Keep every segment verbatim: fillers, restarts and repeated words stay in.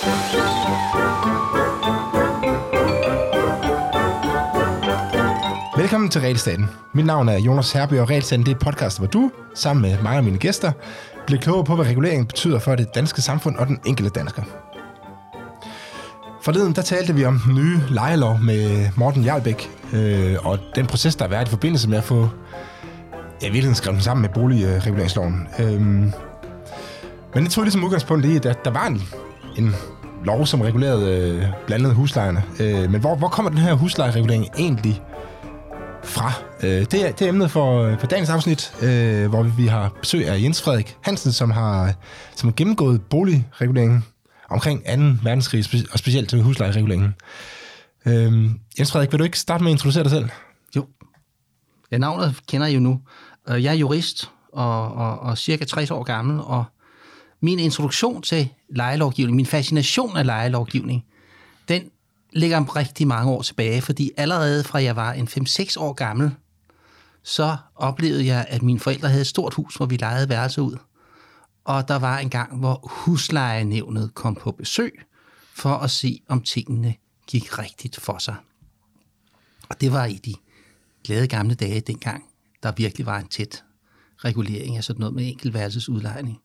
Velkommen til Realstaten. Mit navn er Jonas Herby, og Realstaten det er et podcast, hvor du, sammen med mig og mine gæster, bliver klogere på, hvad reguleringen betyder for det danske samfund og den enkelte dansker. Forleden der talte vi om den nye lejelov med Morten Jarlbæk, øh, og den proces, der har været i forbindelse med at få ja, virkelig skrevet den sammen med boligreguleringsloven. Øh, men det tog ligesom udgangspunkt i, at der var en, en lov, som regulerede øh, blandt andet huslejerne. Øh, men hvor, hvor kommer den her huslejeregulering egentlig fra? Øh, det, er, det er emnet for, for dagens afsnit, øh, hvor vi har besøg af Jens Frederik Hansen, som har, som har gennemgået boligreguleringen omkring anden verdenskrig, og specielt til huslejereguleringen. Øh, Jens Frederik, vil du ikke starte med at introducere dig selv? Jo. Ja, navnet kender I jo nu. Jeg er jurist og, og, og cirka tres år gammel, og min introduktion til lejelovgivning, min fascination af lejelovgivning, den ligger rigtig mange år tilbage, fordi allerede fra jeg var en fem seks år gammel, så oplevede jeg, at mine forældre havde et stort hus, hvor vi lejede værelser ud. Og der var en gang, hvor huslejenævnet kom på besøg for at se, om tingene gik rigtigt for sig. Og det var i de glade gamle dage dengang, der virkelig var en tæt regulering af sådan noget med enkeltværelsesudlejning.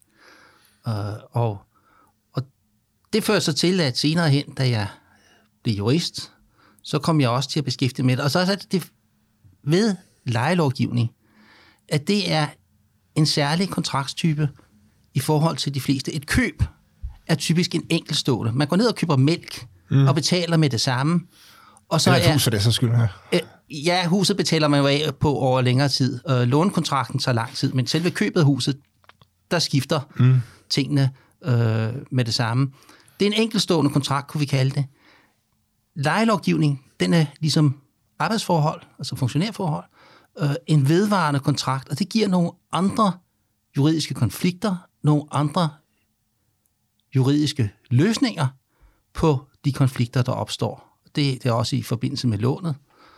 Og, og det fører så til, at senere hen, da jeg blev jurist, så kom jeg også til at beskæftige med det. Og så er det ved lejelovgivning, at det er en særlig kontraktstype i forhold til de fleste. Et køb er typisk en enkeltstående. Man går ned og køber mælk mm. og betaler med det samme. Og så Eller et hus for det, så skyld her. Øh, ja, huset betaler man jo af på over længere tid. Øh, lånekontrakten tager lang tid, men selve købet af huset, der skifter mm. tingene øh, med det samme. Det er en enkeltstående kontrakt, kunne vi kalde det. Lejelovgivning, den er ligesom arbejdsforhold, altså funktionærforhold, øh, en vedvarende kontrakt, og det giver nogle andre juridiske konflikter, nogle andre juridiske løsninger på de konflikter, der opstår. Det, det er også i forbindelse med lånet.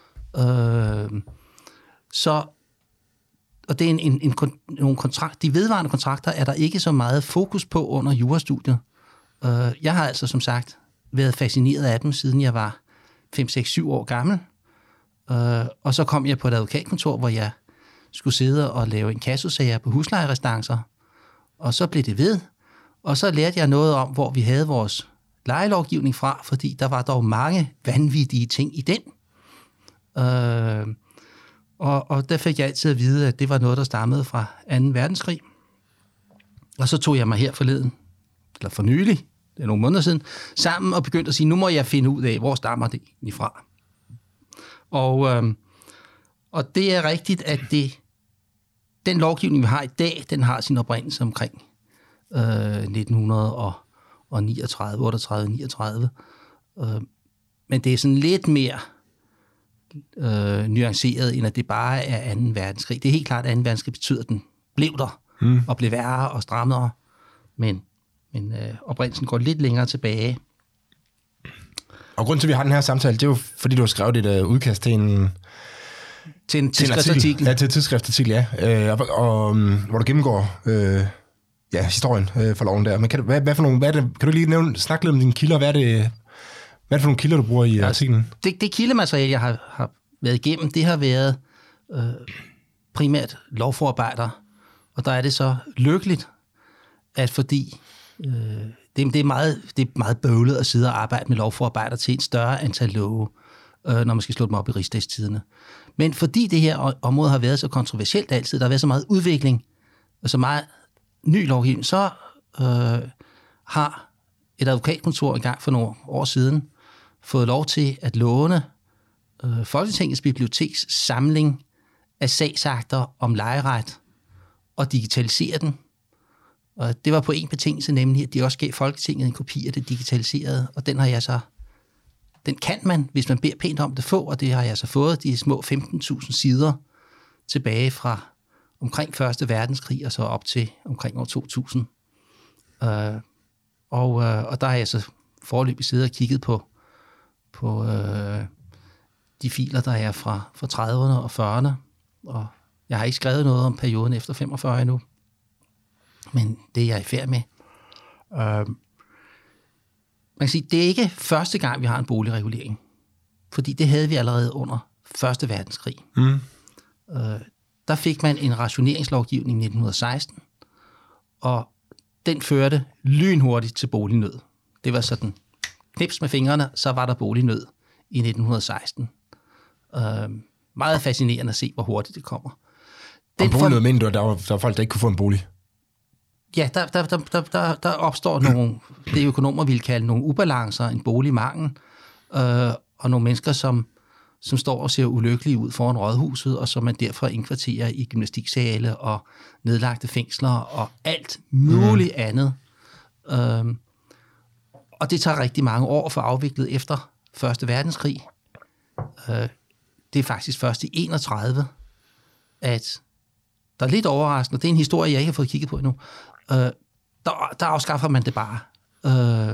Øh, så, og det er en, en, en, nogle kontrakt, de vedvarende kontrakter er der ikke så meget fokus på under jurastudiet. Øh, jeg har altså som sagt været fascineret af dem, siden jeg var fem seks syv år gammel. Uh, og så kom jeg på et advokatkontor, hvor jeg skulle sidde og lave en kassosager på huslejerestancer. Og så blev det ved. Og så lærte jeg noget om, hvor vi havde vores lejelovgivning fra, fordi der var dog mange vanvittige ting i den. Uh, og, og der fik jeg altid at vide, at det var noget, der stammede fra anden verdenskrig. Og så tog jeg mig her forleden, eller for nylig, det er nogle måneder siden, sammen og begyndte at sige, nu må jeg finde ud af, hvor stammer det egentlig fra. Og, øhm, og det er rigtigt, at det, den lovgivning, vi har i dag, den har sin oprindelse omkring øh, nitten niogtredive, otteogtredive, niogtredive. Øh, men det er sådan lidt mere øh, nuanceret, end at det bare er anden verdenskrig. Det er helt klart, at anden verdenskrig betyder, at den blev der, mm. og blev værre og strammere, men Men øh, oprindelsen går lidt længere tilbage. Og grunden til, at vi har den her samtale, det er jo, fordi du har skrevet et uh, udkast til en... Til en tidsskriftsartikel. Ja, til en tidsskriftsartikel, ja. Øh, og, og, um, hvor du gennemgår øh, ja, historien øh, for loven der. Men kan du, hvad, hvad for nogle, hvad er det, kan du lige nævne, snakke lidt om dine kilder? Hvad er det, hvad er det for nogle kilder, du bruger i ja, artiklen? Det, det kildemateriale, jeg har, har været igennem, det har været øh, primært lovforarbejder. Og der er det så lykkeligt, at fordi... Øh, det, det, er meget, det er meget bøvlet at sidde og arbejde med lovforarbejder til et større antal love, øh, når man skal slå dem op i rigsdagstidene. Men fordi det her område har været så kontroversielt altid, der har været så meget udvikling, og så meget ny lovgivning, så øh, har et advokatkontor engang for nogle år siden fået lov til at låne øh, Folketingets biblioteks samling af sagsakter om lejeret og digitalisere den. Og det var på en betingelse, nemlig at de også gav Folketinget en kopi af det digitaliserede, og den har jeg så, den kan man, hvis man beder pænt om det, få, og det har jeg så fået, de små femten tusind sider tilbage fra omkring første verdenskrig og så op til omkring år to tusind. Uh, og, uh, og der har jeg så foreløbig siddet og kigget på, på uh, de filer, der er fra, fra trediverne og fyrrerne, og jeg har ikke skrevet noget om perioden efter femogfyrre endnu, men det er jeg i færd med. Uh, man kan sige, det er ikke første gang, vi har en boligregulering. Fordi det havde vi allerede under Første Verdenskrig. Mm. Øh, der fik man en rationeringslovgivning i nitten seksten, og den førte lynhurtigt til bolignød. Det var sådan, knips med fingrene, så var der bolignød i nitten seksten. Øh, meget fascinerende at se, hvor hurtigt det kommer. Den og bolignød, mener du, at der var, der var folk, der ikke kunne få en bolig? Ja, der, der, der, der, der, der opstår nogle, det økonomer ville kalde nogle ubalancer, en boligmangel, øh, og nogle mennesker, som, som står og ser ulykkelige ud foran rådhuset, og som man derfor indkvarterer i gymnastiksale og nedlagte fængsler og alt muligt mm. andet. Øh, og det tager rigtig mange år for afviklet efter Første Verdenskrig. Øh, det er faktisk først i enogtredive, at der er lidt overraskende, det er en historie, jeg ikke har fået kigget på endnu, øh, der, der afskaffer man det bare. Øh,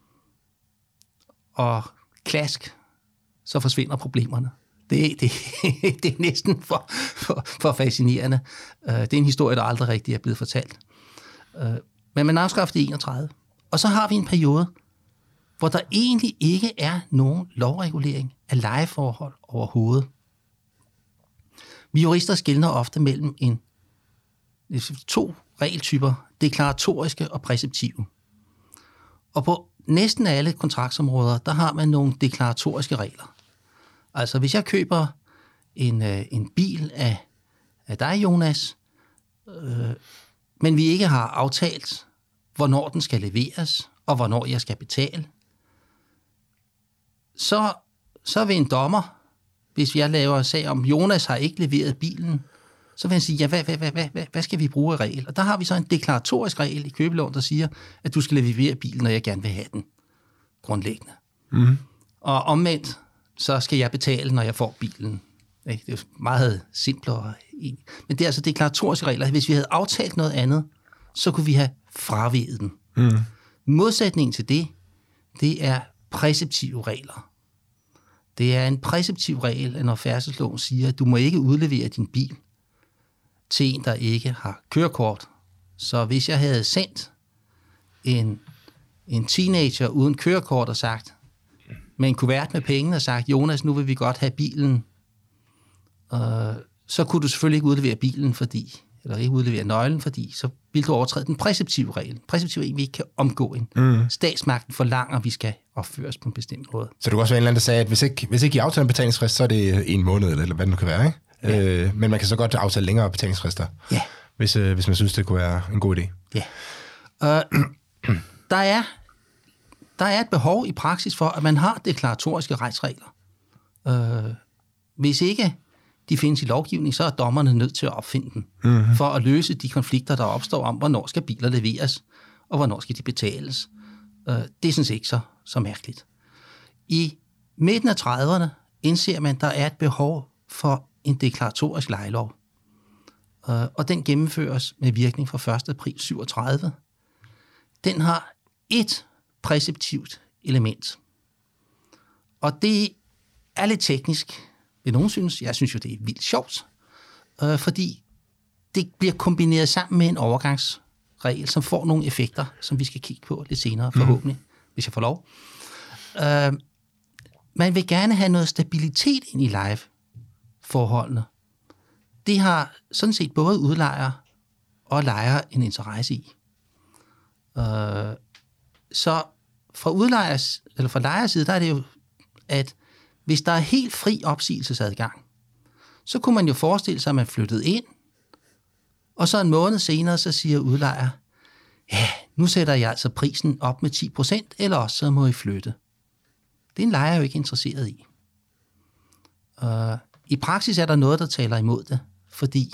og klask, så forsvinder problemerne. Det, det, det er næsten for, for, for fascinerende. Øh, det er en historie, der aldrig rigtig er blevet fortalt. Øh, men man afskaffer det i enogtredive. Og så har vi en periode, hvor der egentlig ikke er nogen lovregulering af lejeforhold overhovedet. Vi jurister skelner ofte mellem en, to regeltyper, deklaratoriske og præceptive. Og på næsten alle kontraktsområder, der har man nogle deklaratoriske regler. Altså hvis jeg køber en, en bil af, af dig, Jonas, øh, men vi ikke har aftalt, hvornår den skal leveres, og hvornår jeg skal betale, så, så vil en dommer, hvis jeg laver sag om, Jonas har ikke leveret bilen, så vil han sige, ja, hvad, hvad, hvad, hvad, hvad skal vi bruge af regel? Og der har vi så en deklaratorisk regel i købeloven, der siger, at du skal levere bilen, når jeg gerne vil have den, grundlæggende. Mm. Og omvendt, så skal jeg betale, når jeg får bilen. Det er meget simplere. Men det er altså deklaratoriske regler. Hvis vi havde aftalt noget andet, så kunne vi have fraveget den. Mm. Modsætningen til det, det er præceptive regler. Det er en præceptiv regel, når færdselsloven siger, at du må ikke udlevere din bil til en, der ikke har kørekort. Så hvis jeg havde sendt en, en teenager uden kørekort og sagt, med en kuvert med penge og sagt, Jonas, nu vil vi godt have bilen, øh, så kunne du selvfølgelig ikke udlevere bilen, fordi, eller ikke udlevere nøglen, fordi så vil du overtræde den præceptive regel. Præceptive regel, vi ikke kan omgå en. Mm. Statsmagten forlanger, at vi skal opføres på en bestemt måde. Så du kan også være en eller anden, der sagde, at hvis ikke, hvis ikke I aftaler en betalingsfrist, så er det en måned, eller hvad det nu kan være, ikke? Ja. Øh, men man kan så godt aftale længere betalingsfrister, ja. hvis, øh, hvis man synes, det kunne være en god idé. Ja. Uh, der, er, der er et behov i praksis for, at man har deklaratoriske retsregler. Uh, hvis ikke de findes i lovgivning, så er dommerne nødt til at opfinde dem, mm-hmm. for at løse de konflikter, der opstår om, hvornår skal biler leveres, og hvornår skal de betales. Uh, det er sådan set ikke så, så mærkeligt. I midten af trediverne indser man, at der er et behov for en deklaratorisk lejelov. Uh, og den gennemføres med virkning fra første april syvogtredive. Den har et præceptivt element. Og det er lidt teknisk, vil nogen synes. Jeg synes jo, det er vildt sjovt, uh, fordi det bliver kombineret sammen med en overgangsregel, som får nogle effekter, som vi skal kigge på lidt senere, forhåbentlig, mm. hvis jeg får lov. Uh, man vil gerne have noget stabilitet ind i live forholdene. Det har sådan set både udlejer og lejer en interesse i. Uh, så fra udlejers, eller fra lejers side, der er det jo, at hvis der er helt fri opsigelsesadgang, så kunne man jo forestille sig, at man flyttede ind, og så en måned senere, så siger udlejer, ja, nu sætter jeg altså prisen op med ti procent, eller også så må I flytte. Det er en lejer jo ikke interesseret i. Uh, I praksis er der noget, der taler imod det, fordi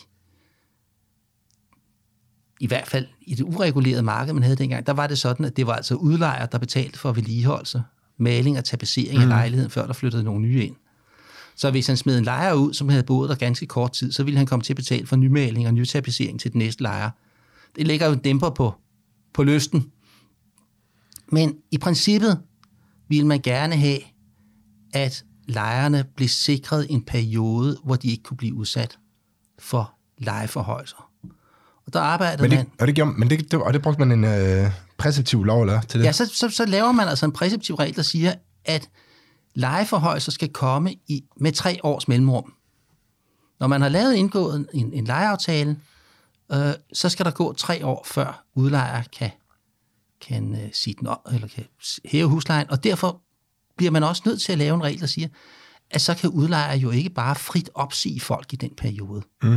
i hvert fald i det uregulerede marked, man havde dengang, der var det sådan, at det var altså udlejer, der betalte for vedligeholdelse, maling og tapetsering mm. af lejligheden, før der flyttede nogle nye ind. Så hvis han smed en lejer ud, som havde boet der ganske kort tid, så ville han komme til at betale for nymaling og nytapetsering til den næste lejer. Det lægger jo en dæmper på, på lysten. Men i princippet ville man gerne have, at lejerne blev sikret en periode, hvor de ikke kunne blive udsat for lejeforhøjelser. Og der arbejdede men det, man... Og det, gjorde, men det, det, og det brugte man en øh, præceptiv lov, eller til det? Ja, så, så, så laver man altså en præceptiv regel, der siger, at lejeforhøjelser skal komme i, med tre års mellemrum. Når man har lavet indgået en, en lejeaftale, øh, så skal der gå tre år, før udlejer kan, kan, øh, sige den op, eller kan hæve huslejen, og derfor bliver man også nødt til at lave en regel, der siger, at så kan udlejer jo ikke bare frit opsige folk i den periode. Mm.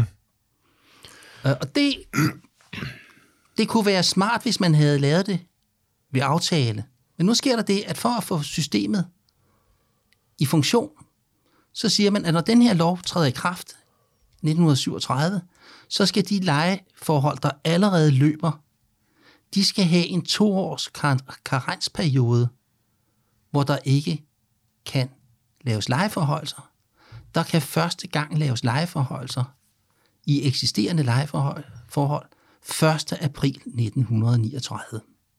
Øh, og det, det kunne være smart, hvis man havde lavet det ved aftale. Men nu sker der det, at for at få systemet i funktion, så siger man, at når den her lov træder i kraft nitten syvogtredive, så skal de lejeforhold, der allerede løber, de skal have en toårs kar- karensperiode, hvor der ikke kan laves lejeforholdelser. Der kan første gang laves lejeforholdelser i eksisterende lejeforhold forhold første april nitten niogtredive.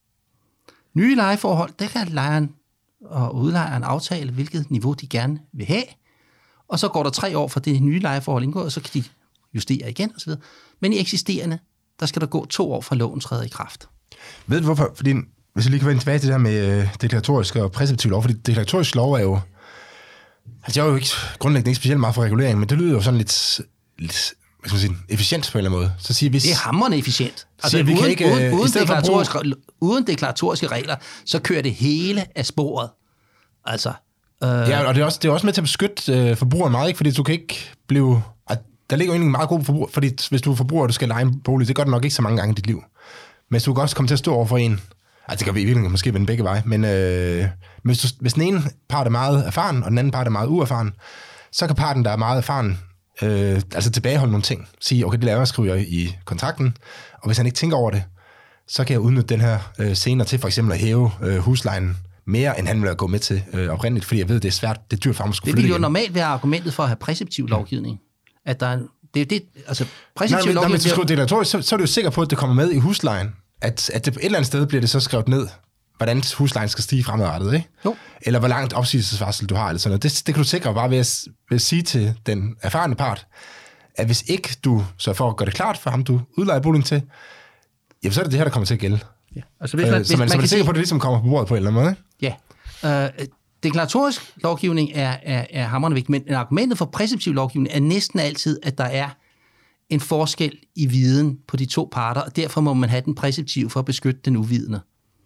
Nye lejeforhold, der kan lejeren og udlejeren aftale, hvilket niveau de gerne vil have, og så går der tre år fra det nye lejeforhold indgået, og så kan de justere igen osv. Men i eksisterende, der skal der gå to år fra loven træder i kraft. Ved du hvorfor? Fordi, hvis jeg lige kan vende tilbage til det her med øh, deklaratorisk og præceptiv lov, fordi deklaratorisk lov er jo, altså jeg er jo ikke grundlæggende ikke specielt meget for regulering, men det lyder jo sådan lidt, lidt hvad skal man sige, efficient på en eller anden måde. Så siger vi, det er hamrende efficient. Altså, siger, vi uden, kan ikke, uden, uden, deklaratoriske, bruge... uden deklaratoriske regler, så kører det hele af sporet. Altså, øh... ja, og det er, også, det er også med til at beskytte øh, forbrugeren meget, ikke? Fordi du kan ikke blive... At der ligger jo egentlig meget god forbruger, fordi hvis du er forbruger, og du skal leje en bolig, det gør det nok ikke så mange gange i dit liv. Men du kan også komme til at stå over for en... Altså, det kan vi i virkeligheden måske vende begge veje, men øh, hvis, du, hvis den ene part er meget erfaren, og den anden part er meget uerfaren, så kan parten, der er meget erfaren, øh, altså tilbageholde nogle ting. Sige, okay, det laver jeg, skriver jeg i kontrakten, og hvis han ikke tænker over det, så kan jeg udnytte den her øh, senere til for eksempel at hæve øh, huslejen mere, end han vil gå med til øh, oprindeligt, fordi jeg ved, det er svært, det er dyrt for ham at skulle flytte. Det vil jo igen. normalt være argumentet for at have præceptiv lovgivning. At der er, det er det, altså præceptiv lovgivning... Når man skriver deklaratorisk, så, så er du jo sikker på, at det kommer med i huslejen. At, at det, et eller andet sted bliver det så skrevet ned, hvordan huslejen skal stige fremadrettet, ikke? Jo. Eller hvor langt opsigelsesvarsel du har, eller sådan noget. Det, det kan du sikre bare ved at, ved at sige til den erfarne part, at hvis ikke du sørger for at gøre det klart for ham, du udlejer boligen til, jamen så er det det her, der kommer til at gælde. Ja. Altså, hvis man, øh, så man, man, man er sikker på, at det ligesom kommer på bordet på en eller anden måde, ikke? Ja. Øh, deklaratorisk lovgivning er, er, er hamrende vigtigt, men argumentet for præceptiv lovgivning er næsten altid, at der er en forskel i viden på de to parter, og derfor må man have den præceptive for at beskytte den uvidende.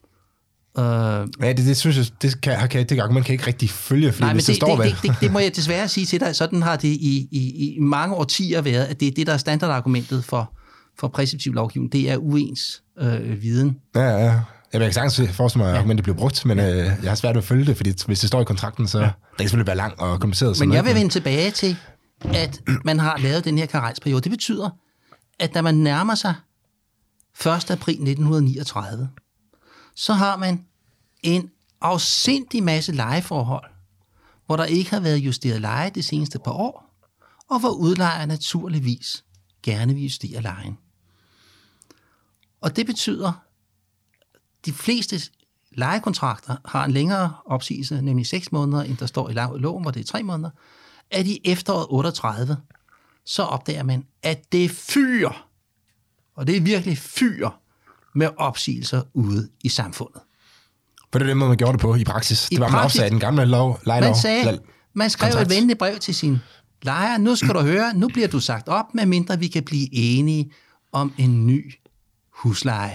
Uh, ja, det, det synes jeg, det, kan, kan, det argument kan ikke rigtig følge, fordi nej, hvis men det, det, står det, vel. Det, det, det må jeg desværre sige til dig. Sådan har det i, i, i mange årtier været, at det er det, der er standardargumentet for, for præceptiv lovgivning. Det er uens øh, viden. Ja, ja. Jeg kan sagtens forestille mig, at argumentet bliver brugt, men øh, jeg har svært ved at følge det, fordi hvis det står i kontrakten, så ja. Det kan selvfølgelig være lang og kompliceret. Men jeg vil vende tilbage til, at man har lavet den her karensperiode. Det betyder, at når man nærmer sig første april nitten niogtredive, så har man en afsindig masse lejeforhold, hvor der ikke har været justeret leje det seneste par år, og hvor udlejer naturligvis gerne vil justere lejen. Og det betyder, at de fleste lejekontrakter har en længere opsigelse, nemlig seks måneder, end der står i loven, hvor det er tre måneder, at i efteråret otteogtredive, så opdager man, at det fyrer, og det er virkelig fyrer, med opsigelser ude i samfundet. For det er den måde, man gjorde det på i praksis. I det var, man opsagde i den gamle lov, lejelov. Man sagde, man skrev kontrakt. Et venligt brev til sin lejer. Nu skal du høre, nu bliver du sagt op, medmindre vi kan blive enige om en ny husleje.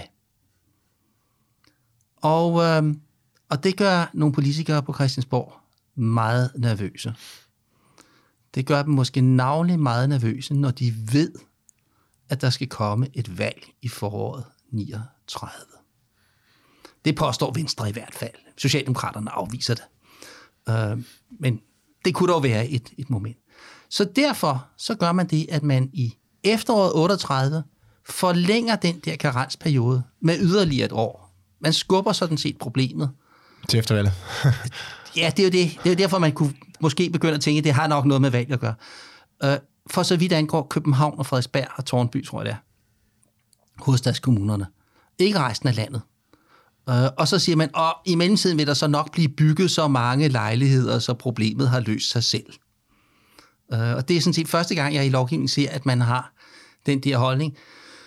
Og, øh, og det gør nogle politikere på Christiansborg meget nervøse. Det gør dem måske navnlig meget nervøse, når de ved, at der skal komme et valg i foråret niogtredive. Det påstår Venstre i hvert fald. Socialdemokraterne afviser det. Øh, men det kunne dog være et, et moment. Så derfor så gør man det, at man i efteråret otteogtredive forlænger den der karensperiode med yderligere et år. Man skubber sådan set problemet. Til eftervalget. Ja, det er jo det. Det er jo derfor, man kunne måske begynde at tænke, at det har nok noget med valg at gøre. Øh, for så vidt angår København og Frederiksberg og Tårnby, tror jeg det er. Hovedstadskommunerne. Ikke resten af landet. Uh, og så siger man, at i mellemtiden vil der så nok blive bygget så mange lejligheder, så problemet har løst sig selv. Uh, og det er sådan set første gang, jeg i lovgivningen ser, at man har den der holdning.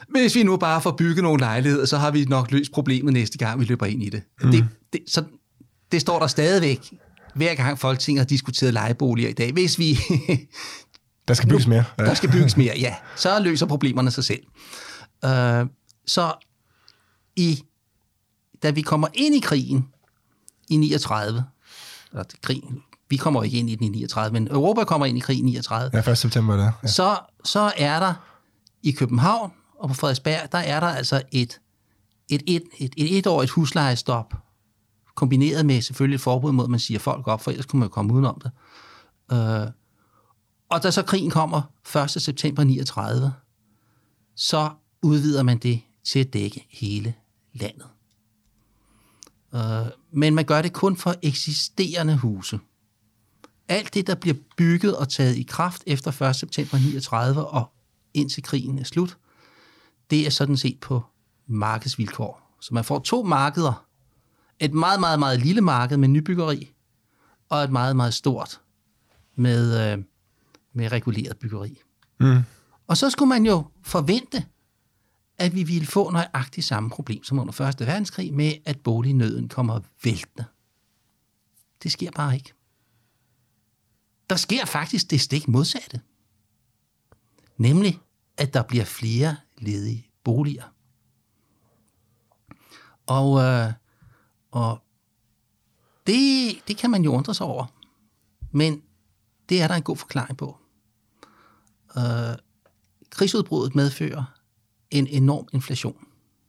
hvis vi nu bare får bygget nogle lejligheder, så har vi nok løst problemet næste gang, vi løber ind i det. Mm. det, det så det står der stadigvæk, hver gang Folketinget har diskuteret lejeboliger i dag. Hvis vi... der skal bygges mere. Ja. Der skal bygges mere, ja. Så løser problemerne sig selv. Uh, så i, da vi kommer ind i krigen i niogtredive, eller krigen, vi kommer ikke ind i den i niogtredive, men Europa kommer ind i krigen i niogtredive. Ja, første september der. Ja. Så, så er der i København og på Frederiksberg, der er der altså et, et, et, et, et etårigt huslejestop, kombineret med selvfølgelig et forbud mod, at man siger folk op, for ellers kunne man jo komme udenom det. Uh, og da så krigen kommer første september niogtredive, så udvider man det til at dække hele landet. Uh, men man gør det kun for eksisterende huse. Alt det, der bliver bygget og taget i kraft efter første september niogtredive og indtil krigen er slut, det er sådan set på markedsvilkår. Så man får to markeder. Et meget, meget, meget lille marked med nybyggeri, og et meget, meget stort med, øh, med reguleret byggeri. Mm. Og så skulle man jo forvente, at vi ville få nøjagtigt samme problem som under første verdenskrig, med at bolignøden kommer væltende. Det sker bare ikke. Der sker faktisk det stik modsatte. Nemlig, at der bliver flere ledige boliger. Og, øh, og det, det kan man jo undre sig over. Men det er der en god forklaring på. Øh, krigsudbruddet medfører en enorm inflation.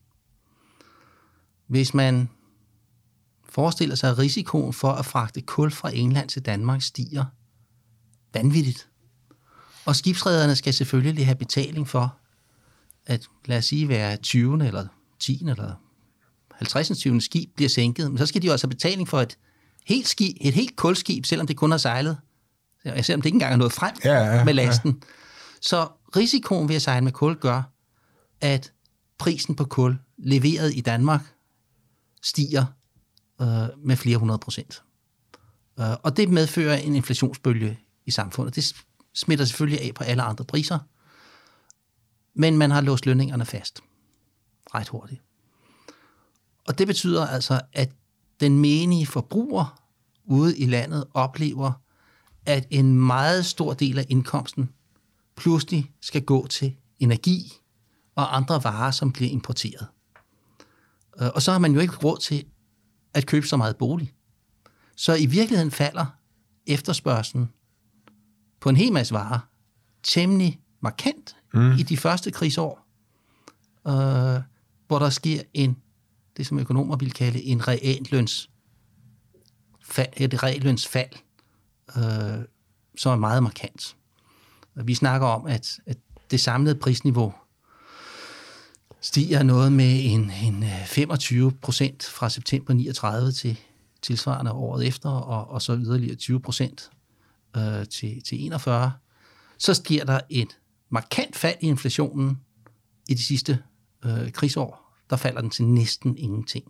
Hvis man forestiller sig, at risikoen for at fragte kul fra England til Danmark stiger vanvittigt. Og skibsrederne skal selvfølgelig have betaling for, at lad os sige, hver tyvende eller tiende eller halvtredsende tyvende skib bliver sænket. Men så skal de også have betaling for et helt, skib, et helt kulskib, selvom det kun har sejlet. Selvom det ikke engang er nået frem ja, ja, med lasten. Ja. Så risikoen ved at sejle med kul gør, at prisen på kul leveret i Danmark stiger øh, med flere hundrede procent. Øh, og det medfører en inflationsbølge i samfundet. Det smitter selvfølgelig af på alle andre priser, men man har låst lønningerne fast ret hurtigt. Og det betyder altså, at den menige forbruger ude i landet oplever, at en meget stor del af indkomsten pludselig skal gå til energi og andre varer, som bliver importeret. Og så har man jo ikke råd til at købe så meget bolig. Så i virkeligheden falder efterspørgslen på en hel masse varer temmelig markant mm. i de første krigsår, øh, hvor der sker en, det som økonomer vil kalde en realløns fald, et reallønsfald, øh, som er meget markant. Vi snakker om, at, at det samlede prisniveau stiger noget med en, en femogtyve procent fra september niogtredive til tilsvarende året efter, og, og så yderligere tyve procent øh, til, til enogfyrre. Så sker der et markant fald i inflationen i de sidste øh, krigsår. Der falder den til næsten ingenting.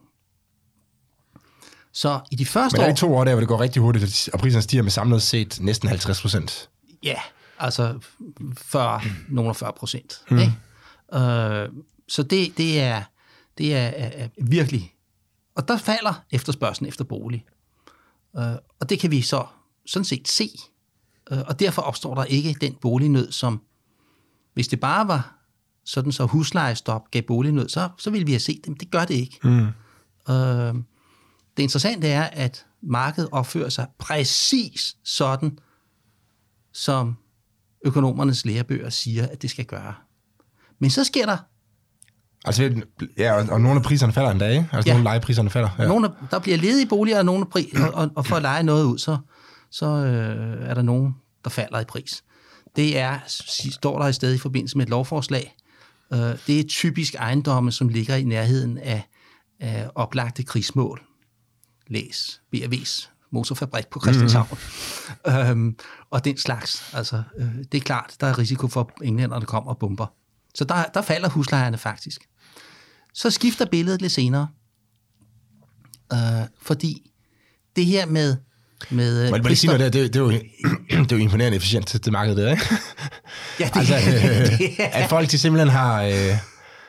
Så i de første år... Men er det to år der, hvor det går rigtig hurtigt, og priserne stiger med samlet set næsten halvtreds procent? Ja, altså fyrre, nogle fyrre procent. Hmm. Øh, så det, det, er, det er, er, er virkelig... Og der falder efterspørgslen efter bolig. Øh, og det kan vi så sådan set se. Øh, og derfor opstår der ikke den bolignød, som... Hvis det bare var sådan, så huslejestop gav bolignød, så, så ville vi have set det, men det gør det ikke. Mm. Øh, det interessante er, at markedet opfører sig præcis sådan, som økonomernes lærebøger siger, at det skal gøre. Men så sker der... Altså, ja, og, og nogle af priserne falder en dag, altså ja. Nogle lejepriserne falder. Ja. Nogle, der bliver ledige boliger, og, nogle pri- og, og, og for at leje noget ud, så, så øh, er der nogen, der falder i pris. Det er, står der i stedet i forbindelse med et lovforslag, øh, det er typisk ejendomme, som ligger i nærheden af, af oplagte krigsmål. Læs B og V's motorfabrik på Christianshavn. Mm. Øhm, og den slags. Altså, øh, det er klart, der er risiko for, at englænderne kommer og bomber. Så der, der falder huslejerne faktisk. Så skifter billedet lidt senere. Øh, fordi det her med... med Må jeg sige noget der? Det, det, er jo, det er jo imponerende efficient, det marked der, ikke? Ja, det, altså, øh, det er... At folk de simpelthen har, øh,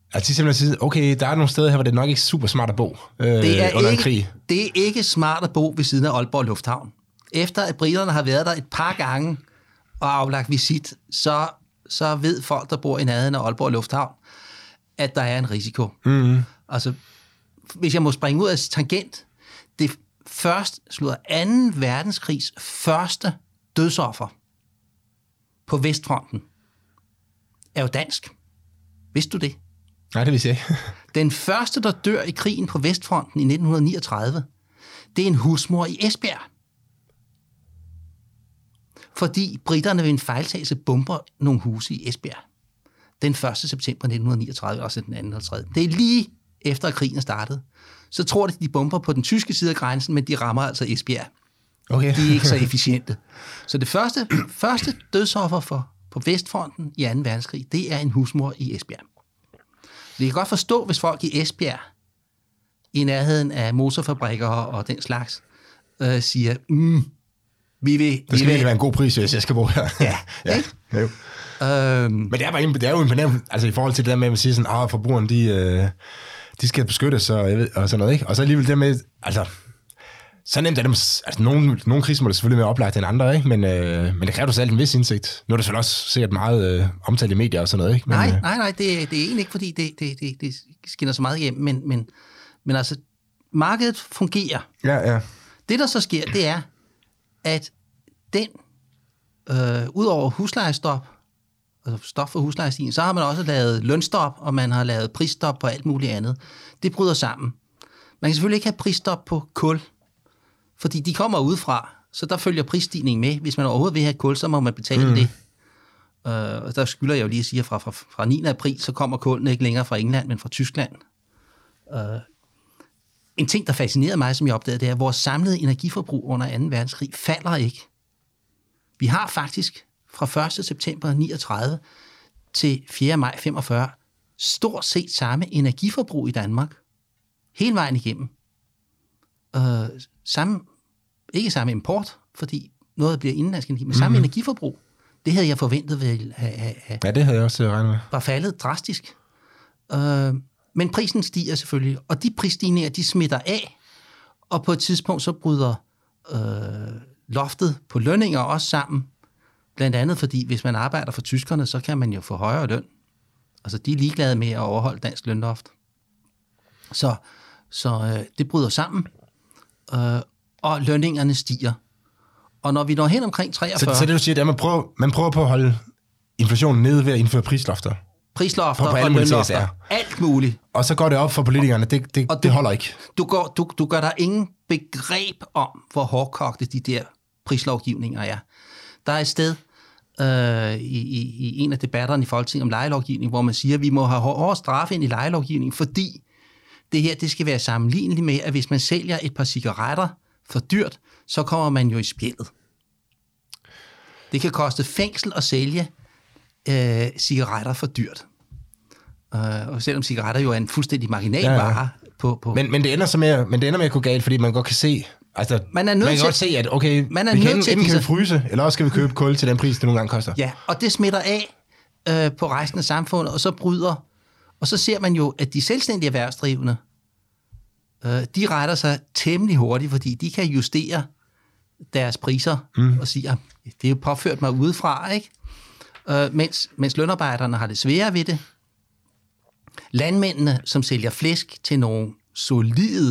Altså, de simpelthen siger, okay, der er nogle steder her, hvor det er nok ikke super smart at bo øh, det er under ikke, en krig. Det er ikke smart at bo ved siden af Aalborg Lufthavn. Efter at briterne har været der et par gange og aflagt visit, så, så ved folk, der bor i nærheden af Aalborg Lufthavn, at der er en risiko. Mm-hmm. Altså, hvis jeg må springe ud af tangent, det først slutter anden verdenskrigs første dødsoffer på Vestfronten er jo dansk. Vidste du det? Nej, det vidste jeg ikke. Den første, der dør i krigen på Vestfronten i nitten niogtredive, det er en husmor i Esbjerg. Fordi britterne ved en fejltagelse bomber nogle huse i Esbjerg. Den første september nitten niogtredive, også den anden og tredje. Det er lige efter, at krigen er startet. Så tror de, de bomber på den tyske side af grænsen, men de rammer altså Esbjerg. Okay. De er ikke så efficiente. Så det første, første dødsoffer for, på Vestfronten i anden verdenskrig, det er en husmor i Esbjerg. Vi kan godt forstå, hvis folk i Esbjerg, i nærheden af motorfabrikker og den slags, øh, siger, mm, vi vil... Det skal virkelig være en god pris, hvis jeg skal bo her. Ja, ja. ja. Jo. Øhm, Men det er, bare, det er jo imponerende, altså i forhold til det der med, at man siger sådan, at forbrugerne, de, øh, de skal beskyttes og, jeg ved, og sådan noget, ikke? Og så alligevel det med, altså, så nemt er det, altså nogle, nogle kriser må det selvfølgelig mere oplagt end andre, ikke? Men, øh, men det kræver så alt en vis indsigt. Nu er det selvfølgelig også sikkert meget øh, omtalt i medier og sådan noget, ikke? Men, nej, øh, nej, nej, det, det er egentlig ikke, fordi det, det, det, det skinner så meget hjem, men, men, men altså, markedet fungerer. Ja, ja. Det, der så sker, det er, at den, øh, ud over huslejestop, altså stop for huslejestigning, så har man også lavet lønstop, og man har lavet prisstop på alt muligt andet. Det bryder sammen. Man kan selvfølgelig ikke have prisstop på kul, fordi de kommer udefra, så der følger prisstigning med. Hvis man overhovedet vil have kul, så må man betale mm. det. Uh, og der skylder jeg jo lige at sige, at fra, fra, fra niende april, så kommer kulden ikke længere fra England, men fra Tyskland. Uh, en ting, der fascinerede mig, som jeg opdagede, det er, at vores samlede energiforbrug under anden verdenskrig falder ikke. Vi har faktisk fra første september niogtredive til fjerde maj femogfyrre stort set samme energiforbrug i Danmark. Hele vejen igennem. Uh, samme, ikke samme import, fordi noget bliver indenlandsk energi, men samme mm-hmm. energiforbrug. Det havde jeg forventet ville have, have, have ja, det havde jeg også regnet med. var faldet drastisk. Uh, men prisen stiger selvfølgelig, og de prisstigninger, de smitter af, og på et tidspunkt så bryder uh, loftet på lønninger også sammen. Blandt andet fordi, hvis man arbejder for tyskerne, så kan man jo få højere løn. Altså, de er ligeglade med at overholde dansk lønloft. Så, så øh, det bryder sammen, øh, og lønningerne stiger. Og når vi når hen omkring treogfyrre... Så, så det du siger, at man prøver, man prøver på at holde inflationen nede ved at indføre prislofter? Prislofter på, på og lønlofter. Alt muligt. Og så går det op for politikerne. Det, det, du, det holder ikke. Du, går, du, du gør der ingen begreb om, hvor hårdkogte de der prislovgivninger er. Der er et sted øh, i, i, i en af debatterne i Folketinget om lejelovgivning, hvor man siger, at vi må have hårdere straffe ind i lejelovgivning, fordi det her det skal være sammenligneligt med, at hvis man sælger et par cigaretter for dyrt, så kommer man jo i spjældet. Det kan koste fængsel at sælge øh, cigaretter for dyrt. Uh, og selvom cigaretter jo er en fuldstændig marginal ja, ja. vare på... på men, men, det ender så med, men det ender med at gå galt, fordi man godt kan se... Altså, man, er nødt man kan til, godt se, at okay, man er vi kan enten, enten kan vi fryse, eller også skal vi købe kul til den pris, det nogle gange koster. Ja, og det smitter af øh, på resten af samfundet, og så bryder... Og så ser man jo, at de selvstændige erhvervsdrivende, øh, de retter sig temmelig hurtigt, fordi de kan justere deres priser mm. og sige, at det er jo påført mig udefra, ikke? Øh, mens, mens lønarbejderne har det sværere ved det. Landmændene, som sælger flæsk til nogle solide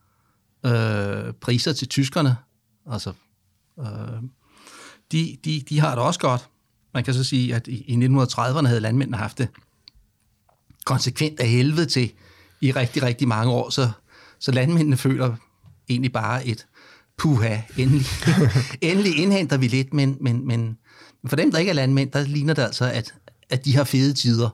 øh, priser til tyskerne, altså, øh, de, de, de har det også godt. Man kan så sige, at i, i nitten trediverne havde landmændene haft det konsekvent af helvede til i rigtig, rigtig mange år, så, så landmændene føler egentlig bare et puha, endelig, endelig indhenter vi lidt, men, men, men for dem, der ikke er landmænd, der ligner det altså, at, at de har fede tider.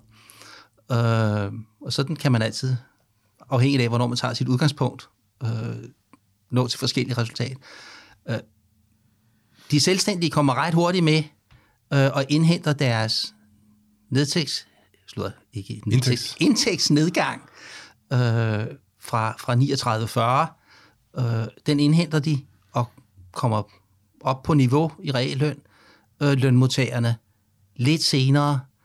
Uh, og sådan kan man altid, afhængigt af, hvornår man tager sit udgangspunkt, uh, nå til forskellige resultater. Uh, de selvstændige kommer ret hurtigt med uh, og indhenter deres nedtægts, slået, ikke nedtægts, indtægtsnedgang uh, fra, fra niogtredive fyrre. Uh, den indhenter de og kommer op på niveau i realløn. Uh, lønmodtagerne lidt senere.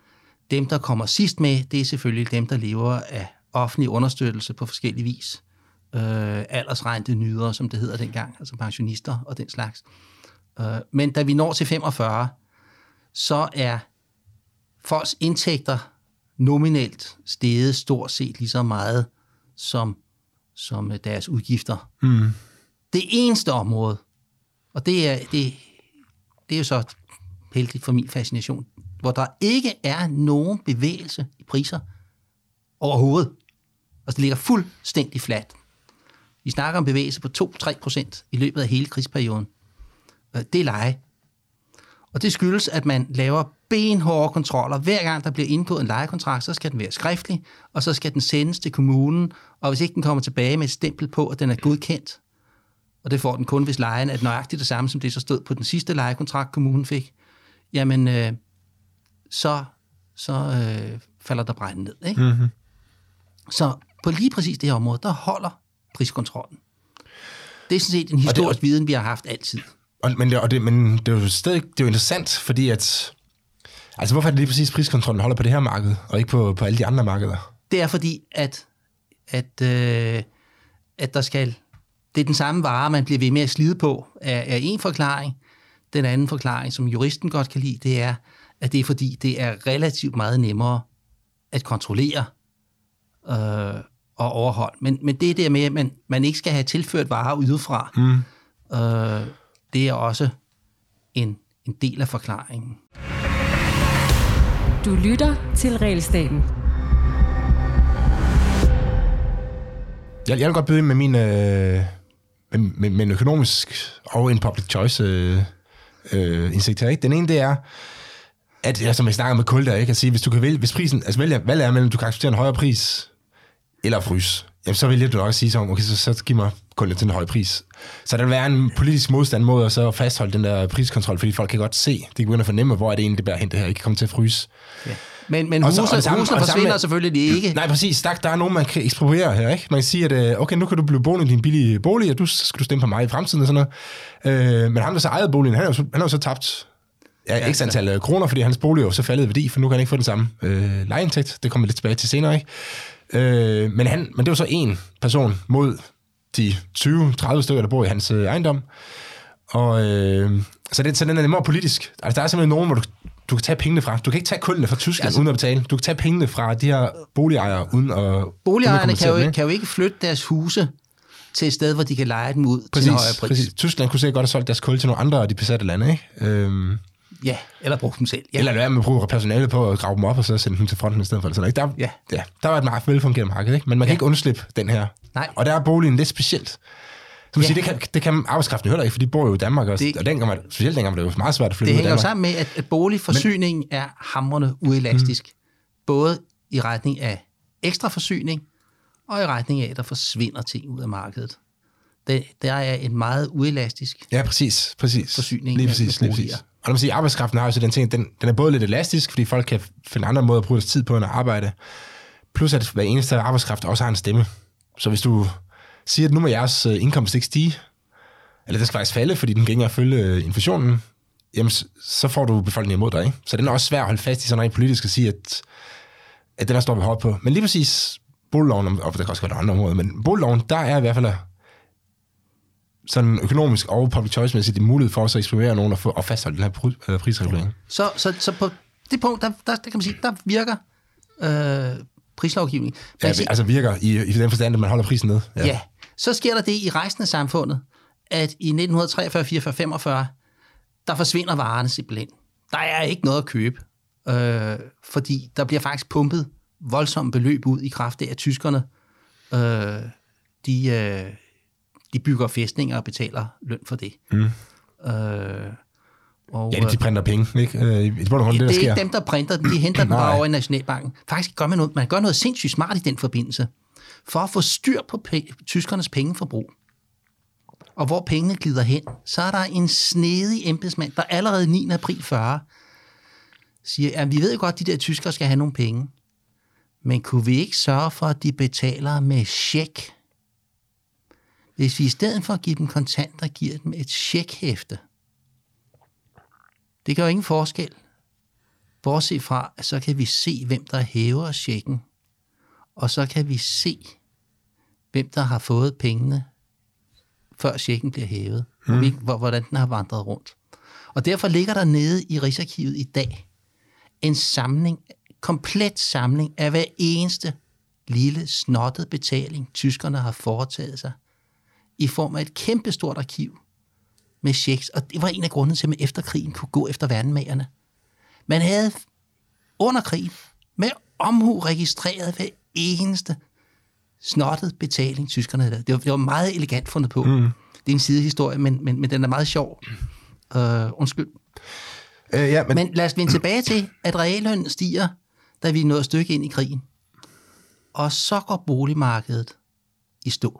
dem, der kommer sidst med, det er selvfølgelig dem, der lever af offentlig understøttelse på forskellige vis. Øh, aldersrente nydere, som det hedder dengang, altså pensionister og den slags. Øh, men da vi når til femogfyrre, så er folks indtægter nominelt steget stort set lige så meget som, som deres udgifter. Mm. Det eneste område, og det er, det, det er jo så heldigt for min fascination, hvor der ikke er nogen bevægelse i priser overhovedet. Altså det ligger fuldstændig fladt. Vi snakker om bevægelse på to til tre procent i løbet af hele krigsperioden. Det er leje. Og det skyldes, at man laver benhårde kontroller. Hver gang der bliver indgået en lejekontrakt, så skal den være skriftlig, og så skal den sendes til kommunen, og hvis ikke den kommer tilbage med et stempel på, at den er godkendt, og det får den kun, hvis lejen er nøjagtigt det samme, som det så stod på den sidste lejekontrakt, kommunen fik, jamen, øh, så, så øh, falder der brænde ned. Ikke? Mm-hmm. Så på lige præcis det her område, der holder priskontrollen. Det er sådan set en historisk det, viden, vi har haft altid. Og, men, det, og det, men det er jo stadig det er jo interessant, fordi at... Altså, hvorfor er det lige præcis priskontrollen holder på det her marked, og ikke på, på alle de andre markeder? Det er fordi, at, at, øh, at der skal... Det er den samme vare, man bliver ved med at slide på, er, er en forklaring. Den anden forklaring, som juristen godt kan lide, det er, at det er fordi, det er relativt meget nemmere at kontrollere øh, og overholde. Men, men det er det med, at man, man ikke skal have tilført varer udefra. Mm. Øh, det er også en, en del af forklaringen. Du lytter til Realstaten. Jeg, jeg vil godt byde ind med min, øh, med, med, med en økonomisk og en public choice øh, øh, indsigt her. Ikke? Den ene, det er, at ja, som jeg snakker med kul der, ikke? At sige, hvis du kan vælge, hvis prisen, altså vælge, valget er mellem, du kan acceptere en højere pris eller fryse, jamen så vælger du nok at sige sådan, okay, så, så giv mig kun til en høj pris. Så der vil være en politisk modstand mod at så fastholde den der priskontrol, fordi folk kan godt se, de kan begynde at fornemme, hvor er det egentlig, det bærer hen, det her ikke kommer til at fryse. Ja. Men, men huse, huse forsvinder med, selvfølgelig ikke. Nej, præcis. Der, der er nogen, man kan ekspropriere her, ikke? Man kan sige, at okay, nu kan du blive boende i din billige bolig, og du så skal du stemme på mig i fremtiden og sådan noget. Øh, men ham, der så ejede boligen, han har jo så, han har jo så tabt ja, ja, ekstra antal ja. kroner, fordi hans bolig er jo så faldet i værdi, for nu kan han ikke få den samme øh, lejeindtægt. Det kommer lidt tilbage til senere, ikke? Øh, men, han, men det er jo så en person mod de tyve til tredive stykker, der bor i hans øh, ejendom. Og øh, så, det, så den er nemmere politisk. Altså, der er simpelthen nogen, hvor du, du kan tage pengene fra. Du kan ikke tage kuldene fra Tyskland altså, uden at betale. Du kan tage pengene fra de her boligejere uden at... Boligejerne kan jo, kan jo ikke flytte deres huse til et sted, hvor de kan leje dem ud præcis, til en højere pris. Præcis. Tyskland kunne sikkert godt have solgt deres kul til nogle andre af de besatte lande, ikke? Øhm, ja, eller bruge dem selv. Ja. Eller lade være med at bruge personale på at grave dem op, og så sende dem til fronten i stedet for. Sådan, ikke? Der, ja. Ja, der var et meget velfungerende marked, ikke? Men man kan ja. ikke undslippe den her. Nej. Og der er boligen lidt specielt. Så ja. sige, det, kan, det kan arbejdskraften heller ikke, for de bor jo i Danmark også. Det, og dengang man, specielt dengang var det jo meget svært at flytte det ud af Danmark. Det hænger jo sammen med, at, at boligforsyningen Men, er hamrende uelastisk. Mm. Både i retning af ekstra forsyning, og i retning af, at der forsvinder ting ud af markedet. Det, der er en meget uelastisk ja, præcis, præcis. forsyning lige præcis, lige præcis. Og når man siger, at arbejdskraften har jo så den ting, den, den er både lidt elastisk, fordi folk kan finde andre måder at bruge deres tid på end at arbejde, plus at hver eneste arbejdskraft også har en stemme. Så hvis du siger, at nu må jeres indkomst ikke stige, eller det skal faktisk falde, fordi den gænger at følge inflationen, jamen så får du befolkningen imod dig, ikke? Så den er også svær at holde fast i sådan noget politisk at sige, at, at den er står vi hårdt på. Men lige præcis boligloven, og der kan også være andre områder, men boligloven, der er i hvert fald sådan økonomisk og public choice-mæssigt en mulighed for også at ekspropriere nogen og, få, og fastholde den her prisregulering. Så, så, så på det punkt, der, der, der kan man sige, der virker øh, prislovgivning. Ja, sige, altså virker i, i den forstand, at man holder prisen ned. Ja. ja. Så sker der det i resten af samfundet, at i nitten treogfyrre, fireogfyrre, femogfyrre, der forsvinder varerne simpelthen. Der er ikke noget at købe, øh, fordi der bliver faktisk pumpet voldsomme beløb ud i kraft af, at tyskerne øh, de, øh, de bygger fæstninger og betaler løn for det. Mm. Øh, og, ja, de printer penge, ikke? Øh, I det, det, det er sker. ikke dem, der printer den. De henter den bare over i Nationalbanken. Faktisk gør man noget, man gør noget sindssygt smart i den forbindelse, for at få styr på pe- tyskernes pengeforbrug. Og hvor pengene glider hen, så er der en snedig embedsmand, der allerede niende april fyrre siger, at vi ved jo godt, at de der tyskere skal have nogle penge, men kunne vi ikke sørge for, at de betaler med check? Hvis vi i stedet for at give dem kontanter, giver dem et checkhæfte. Det gør jo ingen forskel. Bortset fra, at så kan vi se, hvem der hæver checken, og så kan vi se, hvem der har fået pengene, før checken bliver hævet, mm. og hvordan den har vandret rundt. Og derfor ligger der nede i Rigsarkivet i dag en samling, komplet samling af hver eneste lille snottet betaling, tyskerne har foretaget sig, i form af et kæmpestort arkiv med checks. Og det var en af grundene til, at man efter krigen kunne gå efter vandmagerne. Man havde under krigen med omhu registreret hver eneste snottet betaling, tyskerne havde. Det var, det var meget elegant fundet på. Mm. Det er en sidehistorie, men, men, men den er meget sjov. Uh, undskyld. Uh, ja, men... men lad os vende tilbage til, at reallønnen stiger, da vi er nået et stykke ind i krigen. Og så går boligmarkedet i stå.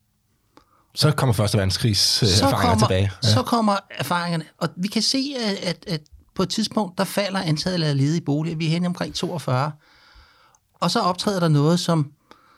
Så kommer første verdenskrigs øh, erfaringer tilbage. Ja. Så kommer erfaringerne. Og vi kan se, at, at, at på et tidspunkt, der falder antallet af ledige boliger. Vi er henne omkring toogfyrre. Og så optræder der noget som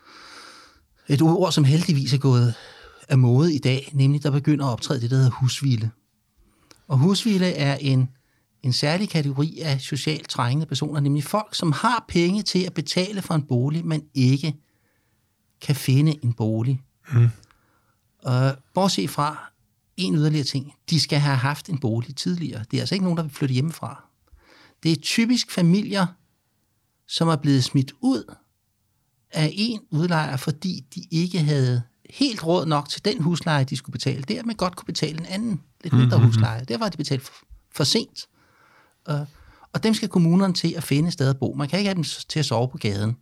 et ord, som heldigvis er gået af mode i dag, nemlig der begynder at optræde det, der hedder husvilde. Og husvilde er en, en særlig kategori af socialt trængende personer, nemlig folk, som har penge til at betale for en bolig, men ikke kan finde en bolig. Mm. Uh, bortset fra en yderligere ting, de skal have haft en bolig tidligere. Det er altså ikke nogen, der vil flytte hjemmefra. Det er typisk familier, som er blevet smidt ud af en udlejer, fordi de ikke havde helt råd nok til den husleje, de skulle betale. Dermed godt kunne betale en anden, lidt mindre mm-hmm. husleje. Der var de betalt for, for sent. Uh, og dem skal kommunerne til at finde et sted at bo. Man kan ikke have dem til at sove på gaden.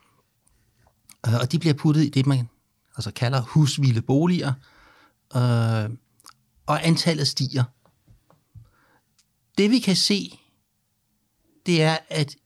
Uh, og de bliver puttet i det, man altså kalder husvilde boliger, øh, og antallet stiger. Det vi kan se, det er, at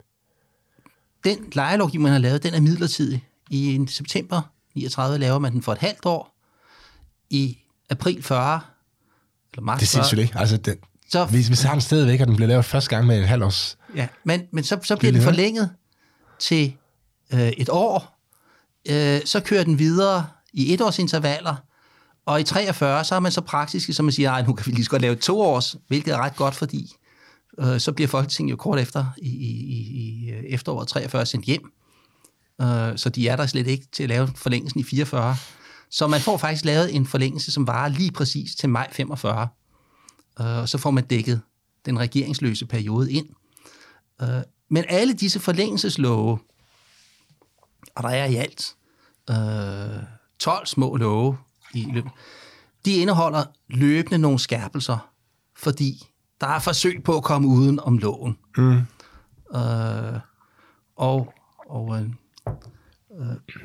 den lejelovgivning, man har lavet, den er midlertidig. I september niogtredive laver man den for et halvt år. I april fyrre, eller marts det fyrre. Det synes ikke. Altså, det, så, hvis, hvis har den stadigvæk, og den bliver lavet første gang med et halvt års... Ja, men, men så, så bliver den forlænget til øh, et år. Så kører den videre i et års intervaller, og i treogfyrre, så er man så praktisk, som man siger, at nu kan vi lige så godt lave to års, hvilket er ret godt, fordi øh, så bliver Folketinget jo kort efter i, i, i efteråret treogfyrre sendt hjem, øh, så de er der slet ikke til at lave forlængelsen i fireogfyrre. Så man får faktisk lavet en forlængelse, som varer lige præcis til maj femogfyrre, øh, og så får man dækket den regeringsløse periode ind. Øh, men alle disse forlængelseslove, og der er i alt øh, tolv små love i løbet, de indeholder løbende nogle skærpelser, fordi der er forsøg på at komme uden om loven. Mm. Øh, og og øh, øh,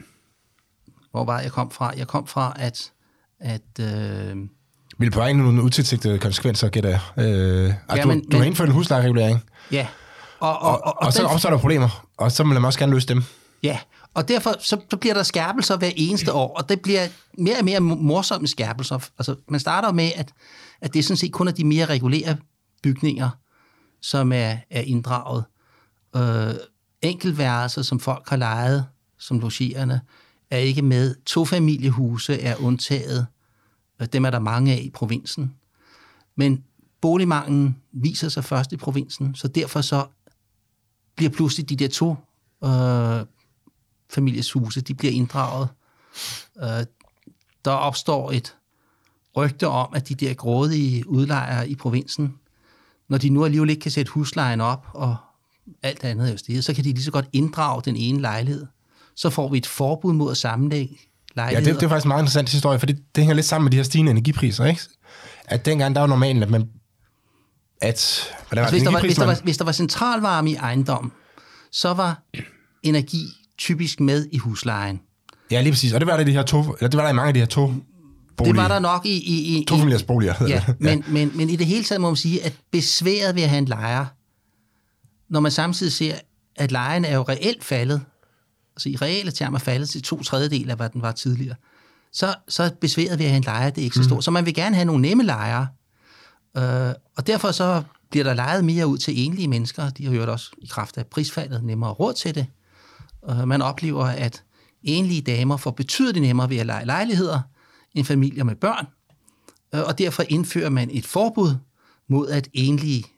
hvor var jeg kom fra? Jeg kom fra, at... at øh, Vil du på egen nogle utilsigtede konsekvenser, gætter jeg? Øh, altså, ja, men, du, du har indført en huslejeregulering. Ja. Og, og, og, og, og så opstår der problemer, og så vil man også gerne løse dem. Ja, og derfor så, så bliver der skærpelser hver eneste år, og det bliver mere og mere morsomme skærpelser. Altså, man starter med, at, at det sådan set kun er de mere regulære bygninger, som er, er inddraget. Øh, enkeltværelser, som folk har lejet som logerende, er ikke med. Tofamiliehuse er undtaget. Dem er der mange af i provinsen. Men boligmanglen viser sig først i provinsen, så derfor så bliver pludselig de der to øh, families huse, de bliver inddraget. Øh, der opstår et rygte om, at de der grådige udlejere i provinsen, når de nu alligevel ikke kan sætte huslejen op, og alt andet er jo steget, så kan de lige så godt inddrage den ene lejlighed. Så får vi et forbud mod at sammenlægge lejligheder. Ja, det, det er faktisk en meget interessant historie, for det, det hænger lidt sammen med de her stigende energipriser, ikke? At dengang, der var normalt, at man... At, altså, var, hvis, der var, hvis, der var, hvis der var centralvarme i ejendommen, så var energi typisk med i huslejen. Ja, lige præcis. Og det var der, de her to, eller det var der i mange af de her to boliger. Det var der nok i... i, i to familiers boliger. Ja, ja. Men, men, men i det hele taget må man sige, at besværet ved at have en lejer, når man samtidig ser, at lejen er jo reelt faldet, altså i reelle termer faldet til to tredjedel af, hvad den var tidligere, så, så besværet ved at have en lejer, det er ikke så stort. Mm. Så man vil gerne have nogle nemme lejere, øh, og derfor så bliver der lejet mere ud til enlige mennesker. De har jo også i kraft af prisfaldet nemmere råd til det. Uh, man oplever, at enlige damer får betydeligt nemmere ved at leje lejligheder end familier med børn, uh, og derfor indfører man et forbud mod, at enlige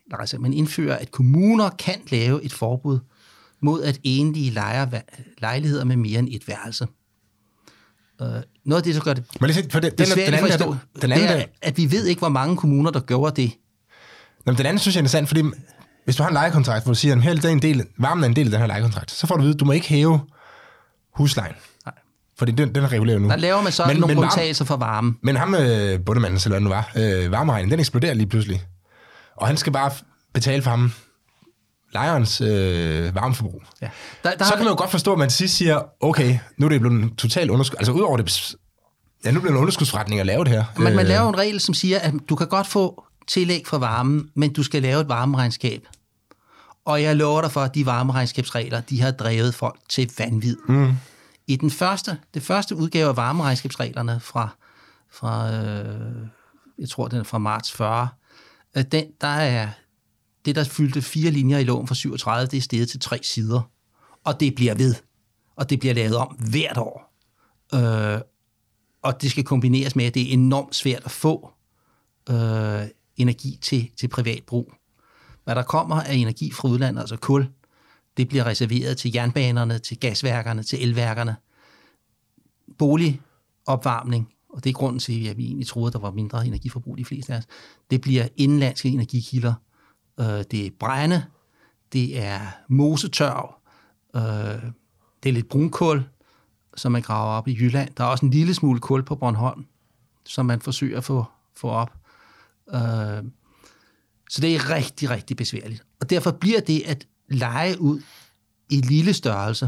altså man indfører, at kommuner kan lave et forbud mod at enlige lejer lejligheder med mere end et værelse. Uh, noget af det, der gør det, Men det, for det den, den, den anden, forstå, den, den anden, det er, at vi ved ikke, hvor mange kommuner, der gjorde det. Jamen, den anden synes jeg er interessant, fordi hvis du har en lejekontrakt, hvor du siger, at en del, varmen er en del af den her lejekontrakt, så får du at vide, at du må ikke hæve huslejen. Nej. Fordi den, den er reguleret nu. Der laver man så men, nogle undtagelser for varme. Men ham med bundemanden, eller hvad nu var, øh, varmeregningen, den eksploderer lige pludselig. Og han skal bare betale for ham lejerens øh, varmeforbrug. Ja. Der, der så kan man jo godt forstå, at man til sidst siger, okay, nu er det blevet en total underskud. Altså udover det, ja, nu bliver det en underskudsforretning at lave det her. Men man laver en regel, som siger, at du kan godt få tillæg for varmen, men du skal lave et varmeregnskab. Og jeg lover dig for, at de varmeregnskabsregler, de har drevet folk til vanvid. Mm. I den første, det første udgave af varmeregnskabsreglerne fra, fra øh, jeg tror, den er fra marts fyrre, øh, den, der er det, der fyldte fire linjer i loven fra syvogtredive, det er steget til tre sider. Og det bliver ved. Og det bliver lavet om hvert år. Øh, og det skal kombineres med, at det er enormt svært at få øh, energi til, til privat brug. Hvad der kommer af energi fra udlandet, altså kul, det bliver reserveret til jernbanerne, til gasværkerne, til elværkerne. Boligopvarmning, og det er grunden til, at vi egentlig troede, at der var mindre energiforbrug de fleste af os, det bliver indenlandske energikilder. Det er brænde, det er mosetørv, det er lidt brunkul, som man graver op i Jylland. Der er også en lille smule kul på Bornholm, som man forsøger at få, få op. Så det er rigtig, rigtig besværligt. Og derfor bliver det at leje ud i lille størrelse.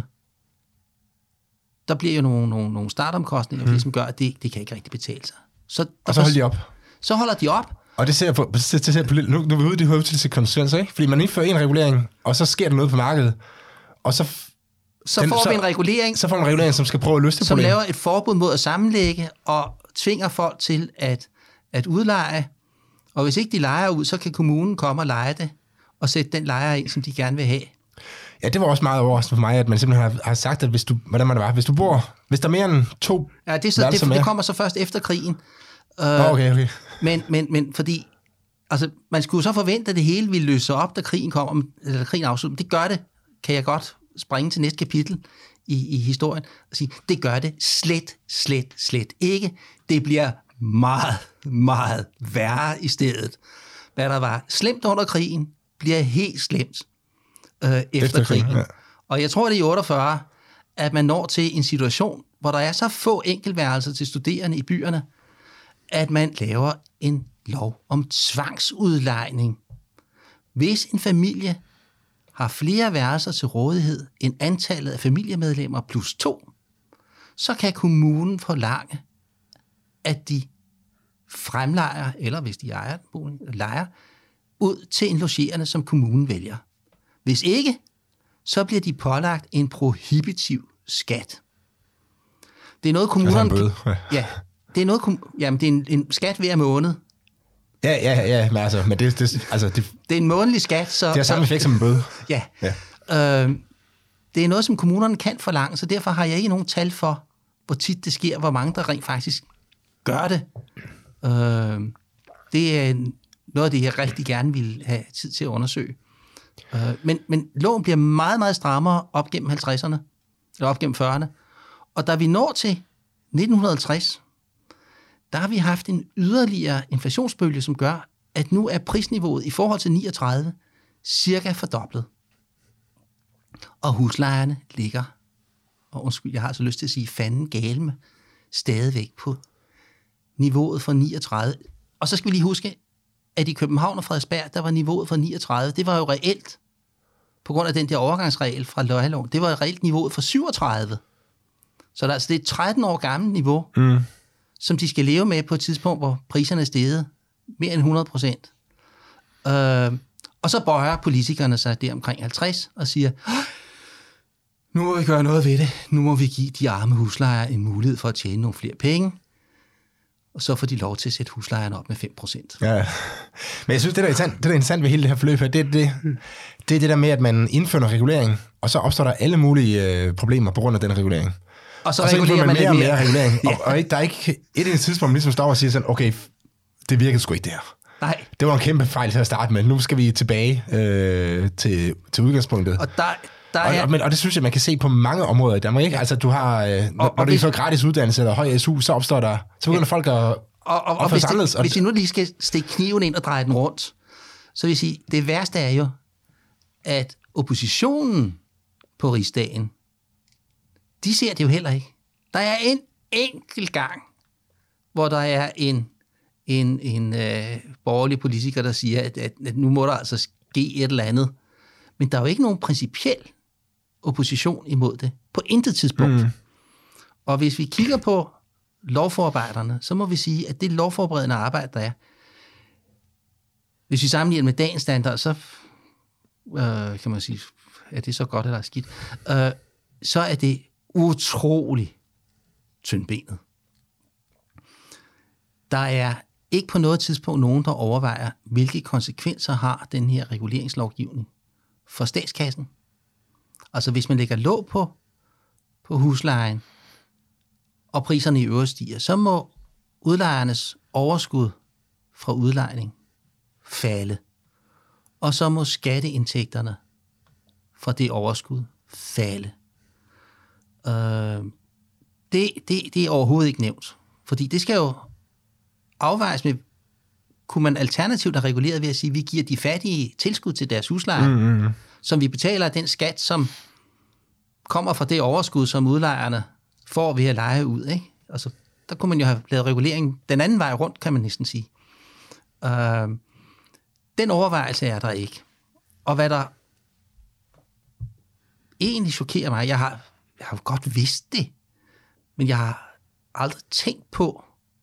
Der bliver jo nogle, nogle, nogle startomkostninger, mm. som gør, at det, det kan ikke rigtig betale sig. Så, og så holder de op? Så holder de op. Og det ser på, det ser på nu, nu er vi ude i de højutiske konsekvenser, ikke? Fordi man indfører en regulering, og så sker der noget på markedet, og så... Så den, får så, vi en regulering... Så får man en regulering, som skal prøve at løse det problem. Som laver et forbud mod at sammenlægge, og tvinger folk til at, at udleje. Og hvis ikke de lejer ud, så kan kommunen komme og leje det, og sætte den lejer ind, som de gerne vil have. Ja, det var også meget overraskende for mig, at man simpelthen har, har sagt, at hvis du, hvordan man det var, hvis du bor, hvis der er mere end to... Ja, det, så, det, det kommer så først efter krigen. Uh, okay, okay. Men, men, men fordi, altså, man skulle så forvente, at det hele ville løse op, da krigen kommer, eller krigen afslutter. Det gør det, kan jeg godt springe til næste kapitel i, i historien, og sige, det gør det slet, slet, slet ikke. Det bliver meget, meget værre i stedet. Hvad der var slemt under krigen, bliver helt slemt øh, efter, efter krigen. krigen ja. Og jeg tror, det er i otteogfyrre, at man når til en situation, hvor der er så få enkeltværelser til studerende i byerne, at man laver en lov om tvangsudlejning. Hvis en familie har flere værelser til rådighed end antallet af familiemedlemmer plus to, så kan kommunen forlange, at de fremlejer, eller hvis de ejer den, lejer, ud til en logerende, som kommunen vælger. Hvis ikke, så bliver de pålagt en prohibitiv skat. Det er noget, kommunerne... Altså en bøde. Ja, det er noget, jamen, det er en, en skat hver måned. Ja, ja, ja, men altså, men det, det, altså, det, det er en månedlig skat, så... Det har samme effekt som en bøde. Ja. ja. Øh, det er noget, som kommunerne kan forlange, så derfor har jeg ikke nogen tal for, hvor tit det sker, hvor mange der rent faktisk gør det. Øh, det er noget af det, jeg rigtig gerne vil have tid til at undersøge. Øh, men, men loven bliver meget, meget strammere op gennem halvtredserne, eller op gennem fyrrerne. Og da vi når til nitten halvtreds, der har vi haft en yderligere inflationsbølge, som gør, at nu er prisniveauet i forhold til niogtredive cirka fordoblet. Og huslejerne ligger, og undskyld, jeg har så lyst til at sige fanden galme, stadigvæk på niveauet fra niogtredive. Og så skal vi lige huske, at i København og Frederiksberg, der var niveauet fra niogtredive, det var jo reelt, på grund af den der overgangsregel fra lejeloven, det var jo reelt niveauet fra syvogtredive. Så der, altså, det er et tretten år gammelt niveau, mm. som de skal leve med på et tidspunkt, hvor priserne er steget mere end hundrede procent. Øh, og så bøjer politikerne sig der omkring halvtreds og siger, nu må vi gøre noget ved det. Nu må vi give de arme huslejere en mulighed for at tjene nogle flere penge. Og så får de lov til at sætte huslejerne op med fem procent. Ja, men jeg synes, det der er interessant, det der er interessant ved hele det her forløb her, det er det, det, er det der med, at man indfører noget regulering, og så opstår der alle mulige øh, problemer på grund af den regulering. Og så, og så regulerer man, man mere og mere, mere regulering. ja. Og, og ikke, der er ikke et af tidspunkt, man ligesom står og siger sådan, okay, det virkede sgu ikke det her. Nej. Det var en kæmpe fejl til at starte med. Nu skal vi tilbage øh, til, til udgangspunktet. Og der, der og, er... og, men, og det synes jeg, man kan se på mange områder i Danmark, ikke? Altså, du har... Øh, og, når og du hvis... får gratis uddannelse eller høj S U, så opstår der... Så begynder ja. folk at... Og, og, og hvis, det, og... hvis vi nu lige skal stikke kniven ind og dreje den rundt, så vil jeg sige, det værste er jo, at oppositionen på Rigsdagen, de ser det jo heller ikke. Der er en enkelt gang, hvor der er en, en, en øh, borgerlig politiker, der siger, at, at, at nu må der altså ske et eller andet. Men der er jo ikke nogen principiel opposition imod det. På intet tidspunkt. Mm. Og hvis vi kigger på lovforarbejderne, så må vi sige, at det lovforberedende arbejde, der er, hvis vi sammenligner med dagens standard, så øh, kan man sige, er det så godt eller skidt, øh, så er det utrolig tyndbenet. Der er ikke på noget tidspunkt nogen, der overvejer, hvilke konsekvenser har den her reguleringslovgivning for statskassen. Altså hvis man lægger låg på, på huslejen, og priserne i øvrigt stiger, så må udlejernes overskud fra udlejning falde. Og så må skatteindtægterne fra det overskud falde. Øh, det, det, det er overhovedet ikke nævnt. Fordi det skal jo afvejes med, kunne man alternativt have reguleret ved at sige, at vi giver de fattige tilskud til deres husleje, mm-hmm. som vi betaler af den skat, som kommer fra det overskud, som udlejerne får ved at leje ud. Ikke? Altså, der kunne man jo have lavet regulering den anden vej rundt, kan man næsten sige. Øh, den overvejelse er der ikke. Og hvad der egentlig chokerer mig, jeg har, jeg har godt vidst det, men jeg har aldrig tænkt på,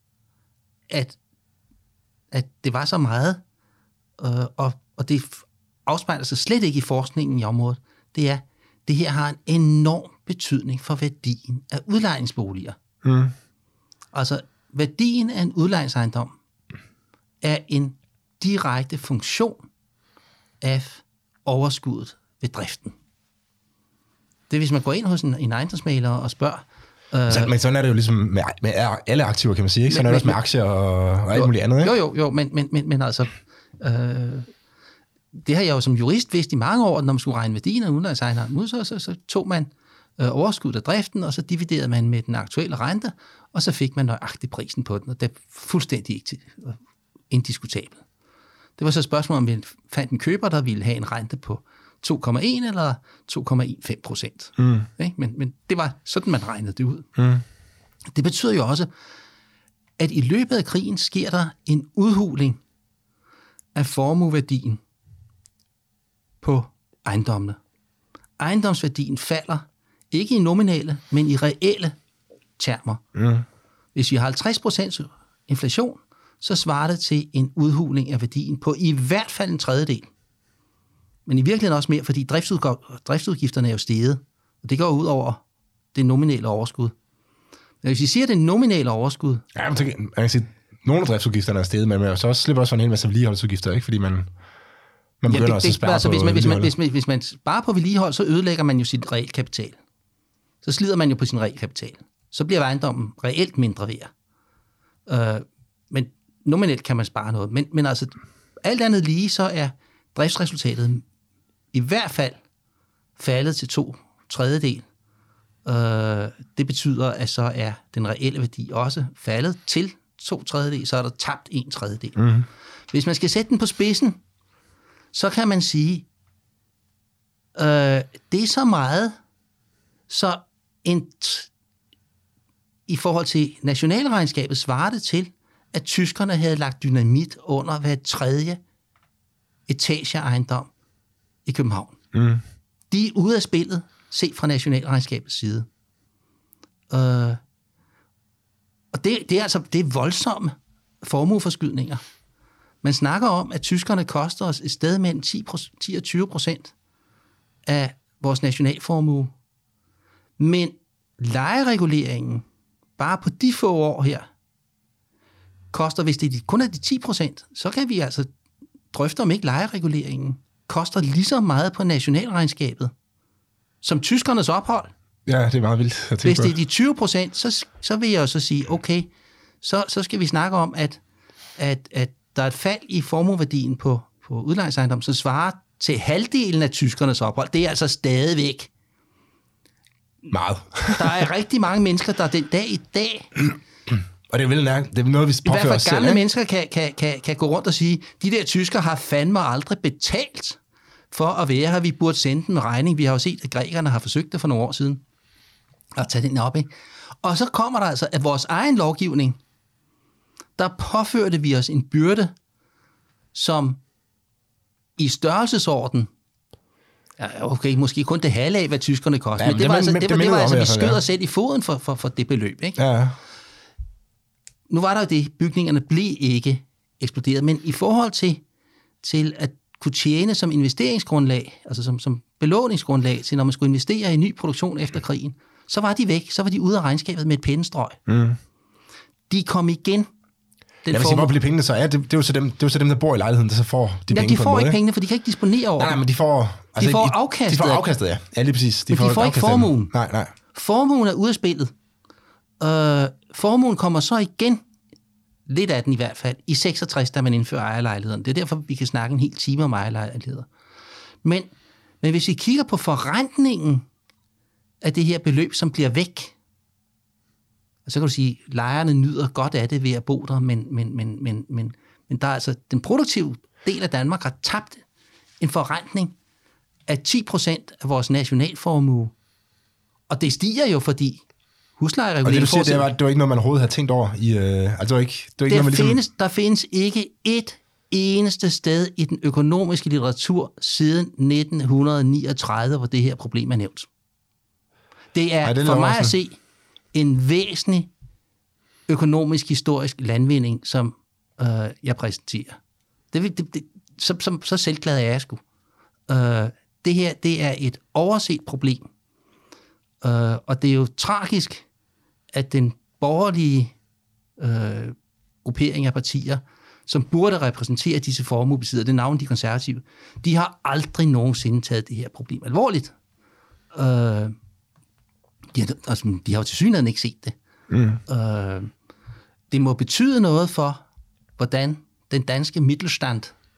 at, at det var så meget, øh, og, og det afspejler sig slet ikke i forskningen i området, det er, det her har en enorm betydning for værdien af udlejningsboliger. Mm. Altså, værdien af en udlejningsejendom er en direkte funktion af overskuddet ved driften. Det er, hvis man går ind hos en, en ejendomsmægler og spørger... Øh, så, men sådan er det jo ligesom med, med alle aktiver, kan man sige. Ikke? Sådan men, er det også med aktier og, og alt muligt andet. Ikke? Jo, jo, jo, men, men, men, men altså... Øh, det har jeg jo som jurist vidst i mange år, når man skulle regne værdien af udlejningsejendommen, så, så, så tog man øh, overskuddet af driften, og så dividerede man med den aktuelle rente, og så fik man nøjagtig prisen på den, og det er fuldstændig ikke til, uh, indiskutabelt. Det var så et spørgsmål, om vi fandt en køber, der ville have en rente på to komma en eller to komma femten procent. Mm. Men, men det var sådan, man regnede det ud. Mm. Det betyder jo også, at i løbet af krigen sker der en udhuling af formueværdien på ejendommene. Ejendomsværdien falder ikke i nominale, men i reelle termer. Mm. Hvis vi har halvtreds procent inflation, så svarer det til en udhuling af værdien på i hvert fald en tredjedel. Men i virkeligheden også mere, fordi driftsudgifterne er jo steget, og det går ud over det nominelle overskud. Men hvis vi siger, det nominelle overskud... Ja, man, tænker, man kan sige, nogle af driftsudgifterne er steget, men man så også slipper også for en hel masse vedligeholdsudgifter, ikke? Fordi man, man begynder ja, det, også at spare altså, på hvis man, hvis, man, hvis, man, hvis man sparer på vedligehold, så ødelægger man jo sit reelt kapital. Så slider man jo på sin reelt kapital. Så bliver ejendommen reelt mindre værd. Øh, men nominelt kan man spare noget. Men, men altså, alt andet lige, så er driftsresultatet i hvert fald faldet til to tredjedel. Øh, det betyder, at så er den reelle værdi også faldet til to tredjedel, så er der tabt en tredjedel. Mm-hmm. Hvis man skal sætte den på spidsen, så kan man sige, øh, det er så meget, så en t- i forhold til nationalregnskabet svarer det til, at tyskerne havde lagt dynamit under hver tredje etageejendom i København. Mm. De er ude af spillet, set fra nationalregnskabets side. Uh, og det, det er altså det er voldsomme formueforskydninger. Man snakker om, at tyskerne koster os et sted mellem ti og tyve procent af vores nationalformue. Men lejereguleringen, bare på de få år her, koster, hvis det kun er de ti procent, så kan vi altså drøfte, om ikke lejereguleringen koster lige så meget på nationalregnskabet, som tyskernes ophold. Ja, det er meget vildt at tænke Hvis det er de tyve procent, så, så vil jeg jo så sige, okay, så, så skal vi snakke om, at, at, at der er et fald i formueværdien på, på udlejningsejendom, som svarer til halvdelen af tyskernes ophold. Det er altså stadigvæk meget. Der er rigtig mange mennesker, der den dag i dag... Og det er vel nærmest, det er noget, vi påfører os selv. I hvert fald gamle selv, mennesker kan, kan, kan, kan gå rundt og sige, de der tyskere har fandme aldrig betalt for at være her. Vi burde sende dem en regning. Vi har jo set, at grækerne har forsøgt det for nogle år siden at tage den op, ikke? Og så kommer der altså, at vores egen lovgivning, der påførte vi os en byrde, som i størrelsesorden, okay, måske kun det halve af, hvad tyskerne koster, ja, men det, det var altså, det, det, det var altså vi skød os selv i foden for, for, for det beløb, ikke? Ja. Nu var der jo det, bygningerne blev ikke eksploderet, men i forhold til, til at kunne tjene som investeringsgrundlag, altså som, som belåningsgrundlag til, når man skulle investere i ny produktion efter krigen, så var de væk, så var de ude af regnskabet med et pennestrøg. Mm. De kom igen. Jeg vil sige, hvor bliver pengene så er? Det, det, er jo så dem, det er jo så dem, der bor i lejligheden, der så får de ja, penge de får på ikke måde, pengene, for de kan ikke disponere over. Nej, nej, men de får... Altså, de får i, afkastet. De får afkastet, ja. Ja, lige præcis. De men får, de får ikke formuen. Nej, nej. Formuen er ude af spillet. Øh, formuen kommer så igen, lidt af den i hvert fald, i seksogtres, da man indfører ejerlejligheden. Det er derfor, vi kan snakke en hel time om ejerlejligheder. Men, men hvis vi kigger på forrentningen af det her beløb, som bliver væk, så kan du sige, at lejerne nyder godt af det ved at bo der, men, men, men, men, men, men der er altså den produktive del af Danmark har tabt en forrentning af ti procent af vores nationalformue. Og det stiger jo, fordi huslejeregulering... Og det du siger, det var, det var ikke noget, man overhovedet havde tænkt over i... Øh, altså, ikke, det var ikke der, noget, man findes, ligesom... der findes ikke et eneste sted i den økonomiske litteratur siden nitten niogtredive, hvor det her problem er nævnt. Det er Ej, det for mig at se en væsentlig økonomisk, historisk landvinding, som øh, jeg præsenterer. Det, det, det, så, så, så selvglad er jeg sgu. Øh, det her, det er et overset problem. Øh, og det er jo tragisk, at den borgerlige øh, gruppering af partier, som burde repræsentere disse formuebesiddere, det navn de konservative, de har aldrig nogensinde taget det her problem alvorligt. Øh, de, har, altså, de har jo tilsyneladende ikke set det. Mm. Øh, det må betyde noget for, hvordan den danske middelstand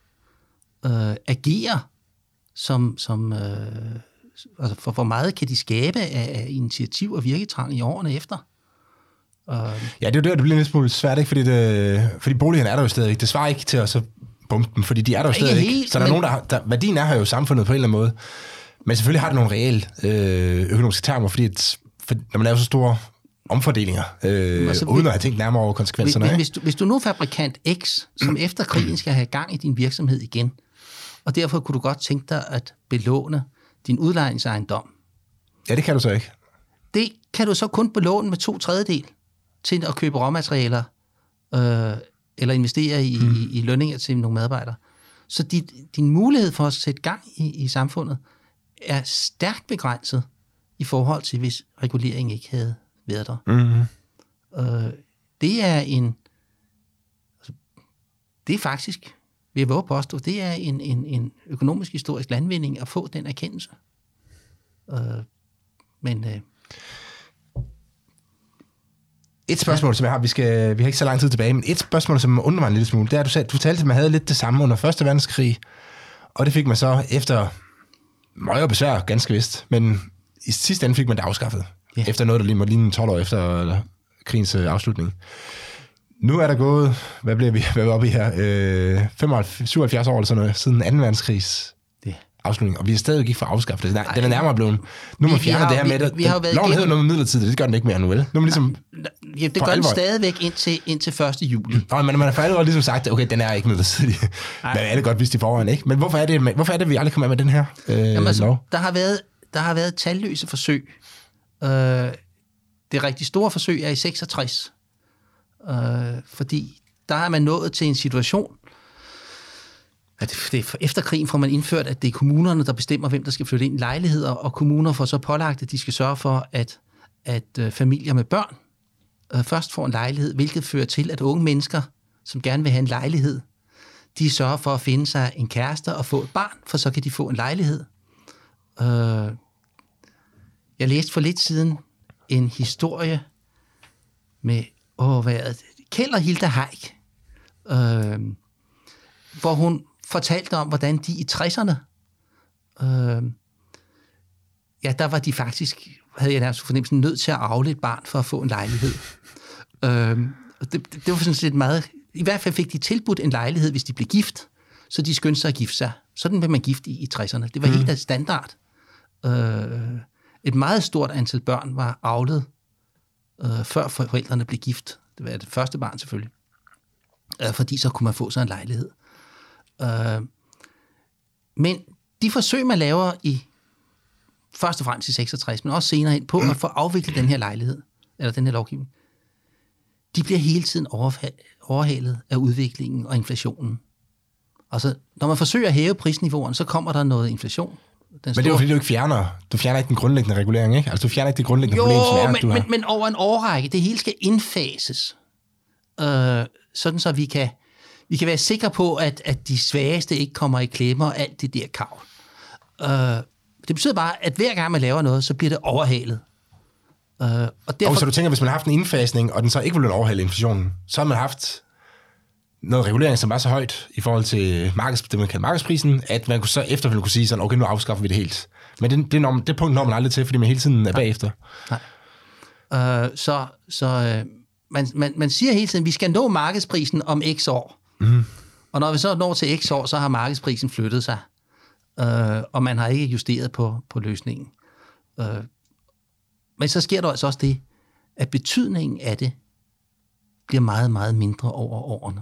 øh, agerer, som, som øh, altså for hvor meget kan de skabe af, af initiativ og virketrang i årene efter. Uh, ja, det er jo der, det bliver en lille smule svært, ikke? Fordi, det, fordi boligerne er der jo stadig. Det svarer ikke til at så bombe dem, fordi de er der jo stadig ikke. Helt, så der er men... nogen, der, har, der værdien er her jo samfundet på en eller anden måde. Men selvfølgelig har det nogle reelle øh, økonomiske termer, fordi et, for, når man laver så store omfordelinger, øh, altså, uden at have tænkt nærmere over konsekvenserne. Hvis, hvis, du, hvis du nu er fabrikant X, som efter krigen skal have gang i din virksomhed igen, og derfor kunne du godt tænke dig at belåne din udlejningsejendom. Ja, det kan du så ikke. Det kan du så kun belåne med to tredjedel til at købe råmaterialer øh, eller investere i, mm. i, i lønninger til nogle medarbejdere. Så dit, din mulighed for at sætte gang i, i samfundet er stærkt begrænset i forhold til, hvis regulering ikke havde været der. Mm. Øh, det er en... Altså, det er faktisk, vil jeg våge påstå, det er en, en, en økonomisk historisk landvinding at få den erkendelse. Øh, men... Øh, Et spørgsmål, som jeg har, vi, skal, vi har ikke så lang tid tilbage, men et spørgsmål, som undrer mig en lille smule, det er, at du, sagde, du talte, at man havde lidt det samme under første verdenskrig, og det fik man så efter møje og besvær, ganske vist, men i sidste ende fik man det afskaffet, yeah. efter noget, der lige må ligne tolv år efter eller, krigens øh, afslutning. Nu er der gået, hvad bliver vi, hvad er vi oppe i her, øh, femoghalvfjerds, syvoghalvfjerds år eller sådan noget, siden anden verdenskrigs afslutning, og vi er stadig ikke for afskaffet. Den er, den er nærmere blevet... Nu må fjerne det her med det. Vi, vi loven hedder noget midlertidigt, det gør den ikke mere nu, vel? Nu er man ligesom... Ja, det gør den stadigvæk indtil, indtil første juli. Nå, men man har for alvor ligesom sagt, okay, den er ikke midlertidig. Men alle godt vidste i forvejen, ikke? Men hvorfor er det, hvorfor er det vi aldrig kommer med den her øh, Jamen, altså, lov? Der har været, der har været talløse forsøg. Øh, det rigtig store forsøg er i seksogtres. Øh, fordi der er man nået til en situation, at det, efter krigen får man indført, at det er kommunerne, der bestemmer, hvem der skal flytte ind i lejligheder, og kommuner får så pålagt, at de skal sørge for, at, at øh, familier med børn øh, først får en lejlighed, hvilket fører til, at unge mennesker, som gerne vil have en lejlighed, de sørger for at finde sig en kæreste og få et barn, for så kan de få en lejlighed. Øh, jeg læste for lidt siden en historie med åh, hvad er det? Kjeld og Hilda Haik, øh, hvor hun fortalte om, hvordan de i tresserne, øh, ja, der var de faktisk, havde jeg nærmest fornemmelsen, nødt til at afle et barn for at få en lejlighed. øh, det, det, det var sådan set meget... I hvert fald fik de tilbudt en lejlighed, hvis de blev gift, så de skyndte sig at gifte sig. Sådan blev man gift i, i tresserne. Det var mm. helt af standard. Øh, et meget stort antal børn var avlet, øh, før forældrene blev gift. Det var det første barn selvfølgelig. Øh, fordi så kunne man få sig en lejlighed. Øh, men de forsøg, man laver i først og fremmest i seksogtres, men også senere hen på at få afviklet den her lejlighed, eller den her lovgivning, de bliver hele tiden overhalet af udviklingen og inflationen. Altså, når man forsøger at hæve prisniveauerne, så kommer der noget inflation. Den men det er jo fordi, du ikke fjerner, du fjerner ikke den grundlæggende regulering, ikke? Altså, du fjerner ikke det grundlæggende jo, problem, som er, men, du har. Men, men over en årrække, det hele skal indfases, øh, sådan så vi kan, vi kan være sikre på, at, at de svageste ikke kommer i klemme og alt det der kavl. Øh, det betyder bare, at hver gang man laver noget, så bliver det overhalet. Øh, og derfor... Og så du tænker, hvis man har haft en indfasning, og den så ikke ville overhale inflationen, så har man haft noget regulering, som var så højt i forhold til markeds, det, man kalder markedsprisen, at man kunne så efterfølgende kunne sige sådan, okay, nu afskaffer vi det helt. Men det, det, når, det punkt når man aldrig til, fordi man hele tiden er bagefter. Nej. Øh, så så øh, man, man, man siger hele tiden, at vi skal nå markedsprisen om x år. Mm. Og når vi så når til x år, så har markedsprisen flyttet sig. Øh, og man har ikke justeret på, på løsningen. Øh, men så sker der altså også det, at betydningen af det bliver meget, meget mindre over årene.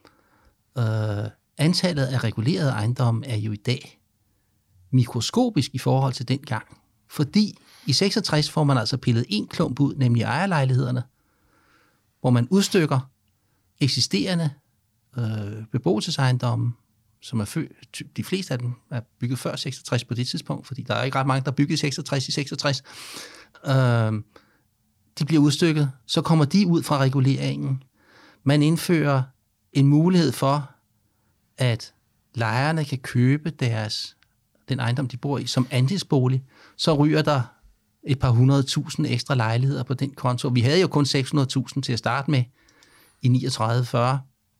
Øh, antallet af regulerede ejendomme er jo i dag mikroskopisk i forhold til dengang. Fordi i seksogtres får man altså pillet en klump ud, nemlig ejerlejlighederne, hvor man udstykker eksisterende øh, beboelsesejendomme, som er født, de fleste af dem er bygget før seksogtres på det tidspunkt, fordi der er ikke ret mange, der er bygget i seksogtres i seksogtres. Øh, de bliver udstykket, så kommer de ud fra reguleringen. Man indfører en mulighed for, at lejerne kan købe deres, den ejendom, de bor i, som andelsbolig. Så ryger der et par hundrede tusind ekstra lejligheder på den konto. Vi havde jo kun seks hundrede tusind til at starte med i niogtredive fyrre.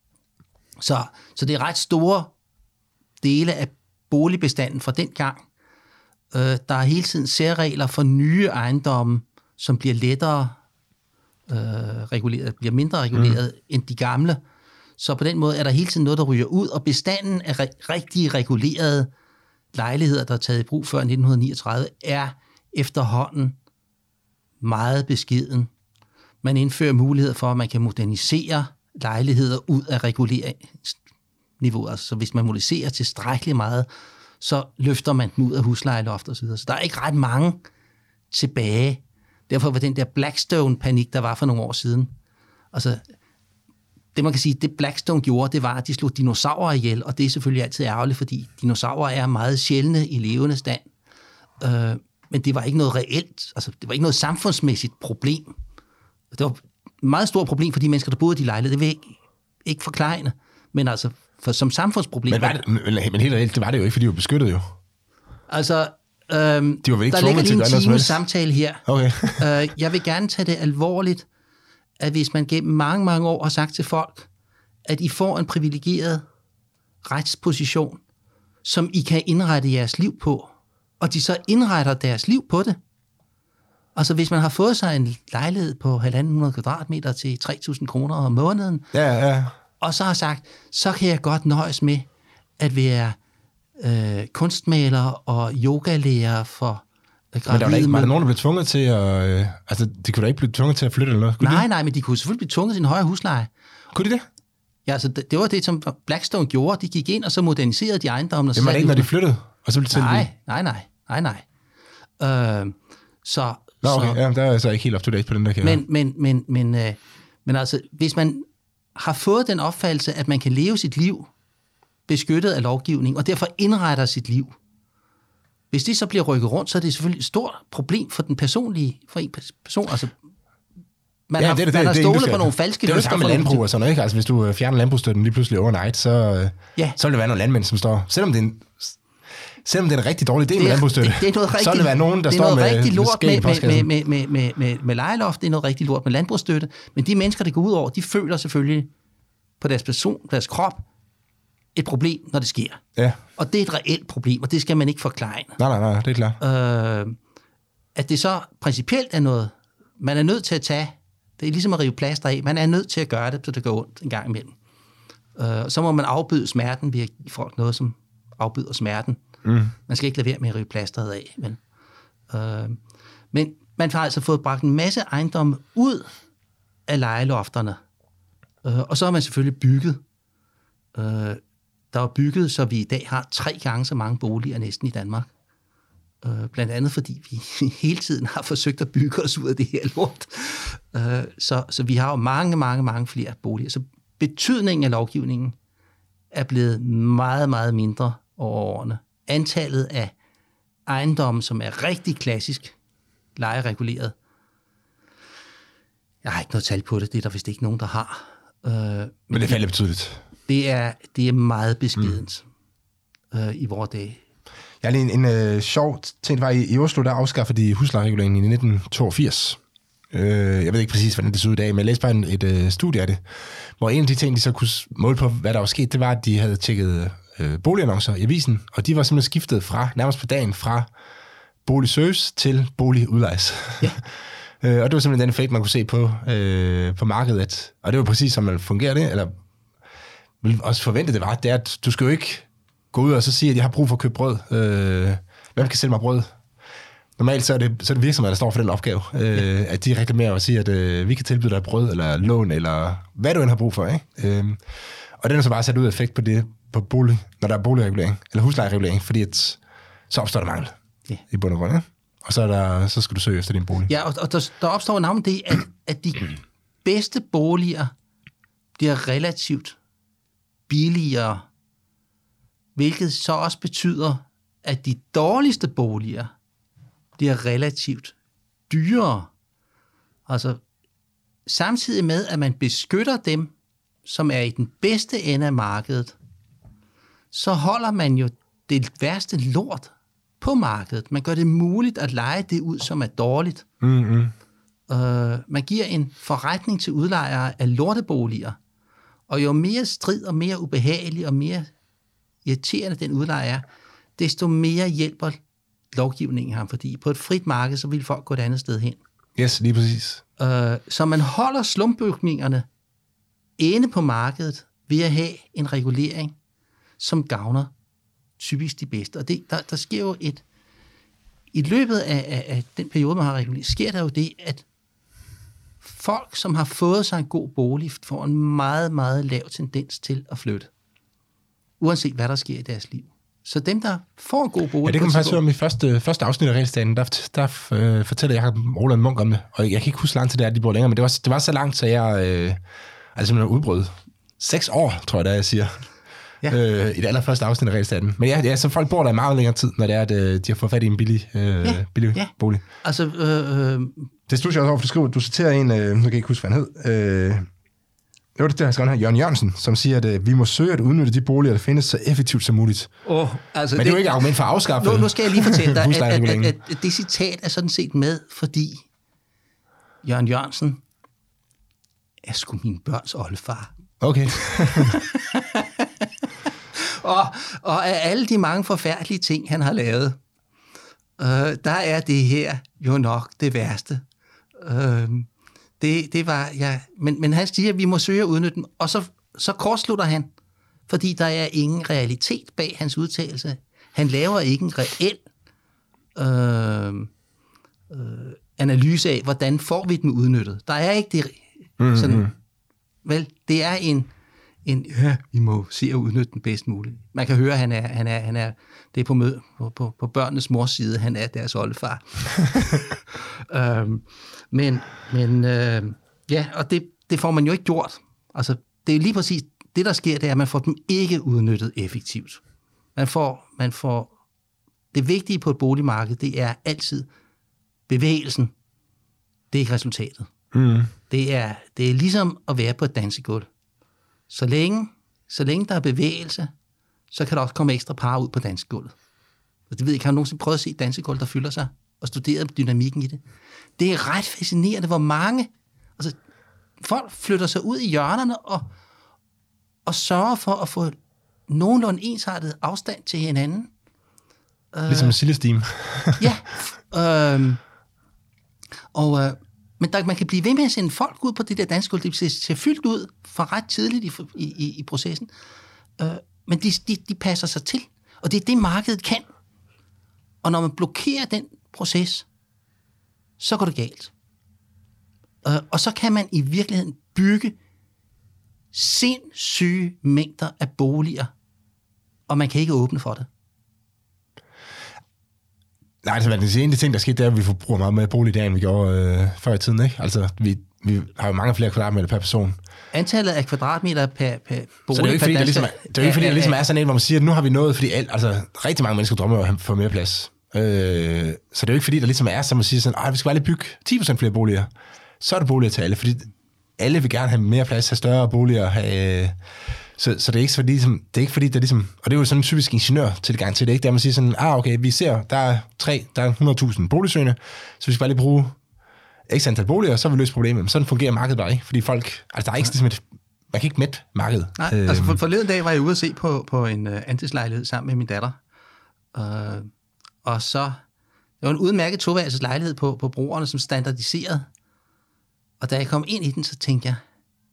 Så, så det er ret store dele af boligbestanden fra den gang. Øh, der er hele tiden særregler for nye ejendomme, som bliver lettere øh, reguleret, bliver mindre reguleret mm. end de gamle. Så på den måde er der hele tiden noget, der ryger ud, og bestanden af re- rigtig regulerede lejligheder, der er taget i brug før nitten niogtredive, er efterhånden meget beskeden. Man indfører mulighed for, at man kan modernisere lejligheder ud af reguleringsniveau. Altså, så hvis man moderniserer tilstrækkeligt meget, så løfter man dem ud af huslejeloft og så videre. Så der er ikke ret mange tilbage. Derfor var den der Blackstone-panik, der var for nogle år siden. Altså, det man kan sige, det Blackstone gjorde, det var, at de slog dinosaurer ihjel, og det er selvfølgelig altid ærgerligt, fordi dinosaurer er meget sjældne i levende stand. Øh, men det var ikke noget reelt, altså det var ikke noget samfundsmæssigt problem. Det var et meget stort problem for de mennesker, der boede i de lejligheder. Det vil jeg ikke, ikke forklare, men altså for, som samfundsproblem... Men, var det, men, men helt reelt, det var det jo ikke, fordi de var beskyttet jo. Altså, øhm, de var vel ikke der ligger lige en times samtale her. Okay. øh, jeg vil gerne tage det alvorligt, at hvis man gennem mange, mange år har sagt til folk, at I får en privilegeret retsposition, som I kan indrette jeres liv på, og de så indretter deres liv på det. Altså hvis man har fået sig en lejlighed på halvanden hundrede kvadratmeter til tre tusind kroner om måneden, ja, ja. og så har sagt, så kan jeg godt nøjes med at være øh, kunstmaler og yogalærer for men der var, ikke, var der nogen, der blev tvunget til at... Øh, altså, de kunne da ikke blive tvunget til at flytte eller noget? Nej, de? nej, men de kunne selvfølgelig blive tvunget til en højere husleje. Kunne de det? Ja, altså, det, det var det, som Blackstone gjorde. De gik ind, og så moderniserede de ejendommen. Det var det ikke, når de flyttede? Og så blev det nej, nej, nej, nej, nej. Øh, så... Nå, okay, så, ja, der er jeg så ikke helt up to date på den der kære. Men, men, men, men, øh, men altså, hvis man har fået den opfattelse, at man kan leve sit liv beskyttet af lovgivning, og derfor indretter sit liv, hvis det så bliver rykket rundt, så er det selvfølgelig et stort problem for den personlige, for en person. Altså, man ja, har, det, det, man det, har stolet det, på nogle falske løfter. Det er jo samme med landbrug og sådan noget, ikke? Altså, hvis du fjerner landbrugsstøtten lige pludselig overnight, så, ja. så vil det være nogle landmænd, som står... Selvom det er en, selvom det er en rigtig dårlig idé med landbrugsstøtte, det, det er noget rigtig, så vil det være nogen, der står med, rigtig lort med, med, med, med, med, med, med lejeloft, det er noget rigtig lort med landbrugsstøtte, men de mennesker, der går ud over, de føler selvfølgelig på deres person, deres krop, et problem, når det sker. Ja. Og det er et reelt problem, og det skal man ikke forklare. Nej, nej, nej, det er klart. Øh, at det så principielt er noget, man er nødt til at tage. Det er ligesom at rive plaster af. Man er nødt til at gøre det, så det går ondt en gang imellem. Øh, så må man afbøde smerten ved at give folk noget, som afbøder smerten. Mm. Man skal ikke lade være med at rive plasteret af. Men, øh, men man har altså fået bragt en masse ejendomme ud af lejelofterne. Øh, og så har man selvfølgelig bygget. Øh, der er bygget, så vi i dag har tre gange så mange boliger næsten i Danmark. Øh, blandt andet fordi vi hele tiden har forsøgt at bygge os ud af det her lort. Øh, så, så vi har jo mange, mange, mange flere boliger. Så betydningen af lovgivningen er blevet meget, meget mindre over årene. Antallet af ejendomme, som er rigtig klassisk lejereguleret, jeg har ikke noget tal på det, det er der vist ikke nogen, der har. Øh, men, men det falder betydeligt. Det er, det er meget beskedent mm. øh, i vores dage. Jeg har lige en, en uh, sjov ting, var i, i Oslo, der afskaffede de huslejereguleringen i nitten toogfirs. Uh, jeg ved ikke præcis, hvordan det så ud i dag, men jeg læste bare en, et uh, studie af det, hvor en af de ting, de så kunne måle på, hvad der var sket, det var, at de havde tjekket uh, boligannoncer i avisen, og de var simpelthen skiftet fra, nærmest på dagen, fra boligservice til boligudlejes. Ja. uh, og det var simpelthen den effekt, man kunne se på, uh, på markedet, at, og det var præcis, som man fungerer det, eller vil også forvente det var, det er, at du skal jo ikke gå ud og så sige, at jeg har brug for at købe brød. Øh, hvem kan sælge mig brød? Normalt så er det, så er det virksomheder, der står for den opgave. Øh, at de reklamerer og siger, at øh, vi kan tilbyde dig brød, eller lån, eller hvad du end har brug for. Ikke? Øh, og den er så bare sat ud af effekt på det, på bolig, når der er boligregulering, eller huslejeregulering, fordi at, så opstår der mangel yeah. i bund og grund. Ikke? Og så, er der, så skal du søge efter din bolig. Ja, og, og der, der opstår navn det, at, at de bedste boliger bliver relativt billigere, hvilket så også betyder, at de dårligste boliger bliver relativt dyrere. Altså samtidig med, at man beskytter dem, som er i den bedste ende af markedet, så holder man jo det værste lort på markedet. Man gør det muligt at leje det ud, som er dårligt. Mm-hmm. Uh, man giver en forretning til udlejere af lorteboliger, og jo mere strid og mere ubehagelig og mere irriterende den udlejer er, desto mere hjælper lovgivningen ham, fordi på et frit marked, så vil folk gå et andet sted hen. Yes, lige præcis. Uh, så man holder slumbygningerne inde på markedet ved at have en regulering, som gavner typisk de bedste. Og det, der, der sker jo et... I løbet af, af, af den periode, man har reguleret, sker der jo det, at folk, som har fået sig en god bolig, får en meget, meget lav tendens til at flytte. Uanset hvad der sker i deres liv. Så dem, der får en god bolig... Ja, det kan man faktisk høre om i første, første afsnit af Regelstaten. Der, der øh, fortæller Jacob Roland Munk om det. Og jeg kan ikke huske langt til det, at de bor længere, men det var, det var så langt, så jeg øh, altså simpelthen udbrød. Seks år, tror jeg, der jeg siger. Ja. Øh, I det allerførste afsnit af Regelstaten. Men ja, ja, så folk bor der i meget længere tid, når det er, at øh, de har fået fat i en billig, øh, ja. billig ja. bolig. Altså... Øh, øh, det stod jeg også over, for du skriver, du citerer en, øh, nu kan jeg ikke huske, hvad han hed, øh, det var det, der har skrevet her, Jørgen Jørgensen, som siger, at øh, vi må søge at udnytte de boliger, der findes så effektivt som muligt. Oh, altså Men det, det er jo ikke et argument for at afskaffe. Nu, nu skal jeg lige fortælle dig, at, at, at, at, at det citat er sådan set med, fordi Jørgen Jørgensen er sgu min børns oldefar. Okay. og, og af alle de mange forfærdelige ting, han har lavet, øh, der er det her jo nok det værste. Øh, Det, det var, ja, men, men han siger, at vi må søge at udnytte dem, og så, så kortslutter han, fordi der er ingen realitet bag hans udtalelse. Han laver ikke en reel øh, øh, analyse af, hvordan får vi dem udnyttet. Der er ikke det sådan, mm-hmm. vel, det er en, en, ja, vi må se at udnytte den bedst muligt. Man kan høre, at han er, han er, han er det er på, mød, på, på, på børnenes mors side, han er deres oldefar. øhm, men men øh, ja, og det, det får man jo ikke gjort. Altså, det er lige præcis det, der sker, det er, at man får dem ikke udnyttet effektivt. Man får, man får det vigtige på et boligmarked, det er altid bevægelsen. Det er ikke resultatet. Mm. Det er, det er ligesom at være på et dansegulv. Så længe, så længe der er bevægelse, så kan der også komme ekstra par ud på dansegulvet. Og det ved jeg ikke, har du nogensinde prøvet at se et dansegulv, der fylder sig, og studeret dynamikken i det? Det er ret fascinerende, hvor mange... Altså, folk flytter sig ud i hjørnerne og, og sørger for at få nogenlunde ensartet afstand til hinanden. Ligesom en sildestime. Ja. Øh, og, øh, men der, man kan blive ved med at sende folk ud på det der danske gulv. Det ser fyldt ud for ret tidligt i, i, i processen. Øh, men de, de, de passer sig til. Og det er det, markedet kan. Og når man blokerer den proces, så går det galt. Øh, og så kan man i virkeligheden bygge sindssyge mængder af boliger, og man kan ikke åbne for det. Nej, altså, den eneste ting, der skete, det er, at vi forbruger meget mere bolig der, end vi gjorde øh, før i tiden, ikke? Altså, vi, vi har jo mange flere kvadratmeter per person. Antallet af kvadratmeter per, per bolig. Så det er jo ikke, fordi, der ligesom, er, det er jo ikke, fordi der ligesom er sådan en, hvor man siger, at nu har vi nået, fordi alt, altså, rigtig mange mennesker drømmer om at få mere plads. Øh, så det er jo ikke, fordi der ligesom er, som man siger sådan, vi skal bare lige bygge ti procent flere boliger. Så er det boliger til alle, fordi alle vil gerne have mere plads, have større boliger, have... Så, så det er ikke fordi, ligesom, det er ikke fordi, der ligesom, og det er jo sådan en typisk ingeniørtilgang til det, ikke? Der man siger sådan, ah okay, vi ser, der er tre, der er hundrede tusind boligsøgende, så vi skal bare lige bruge x antal boliger, så vil vi løse problemet. Men sådan fungerer markedet bare ikke, fordi folk, altså der er ikke ligesom et, man kan ikke mætte markedet. Nej, øhm. altså for, forleden dag var jeg ude at se på, på en uh, andelslejlighed sammen med min datter, uh, og så, det var en udmærket toværelses lejlighed på, på brugerne, som standardiseret, og da jeg kom ind i den, så tænkte jeg,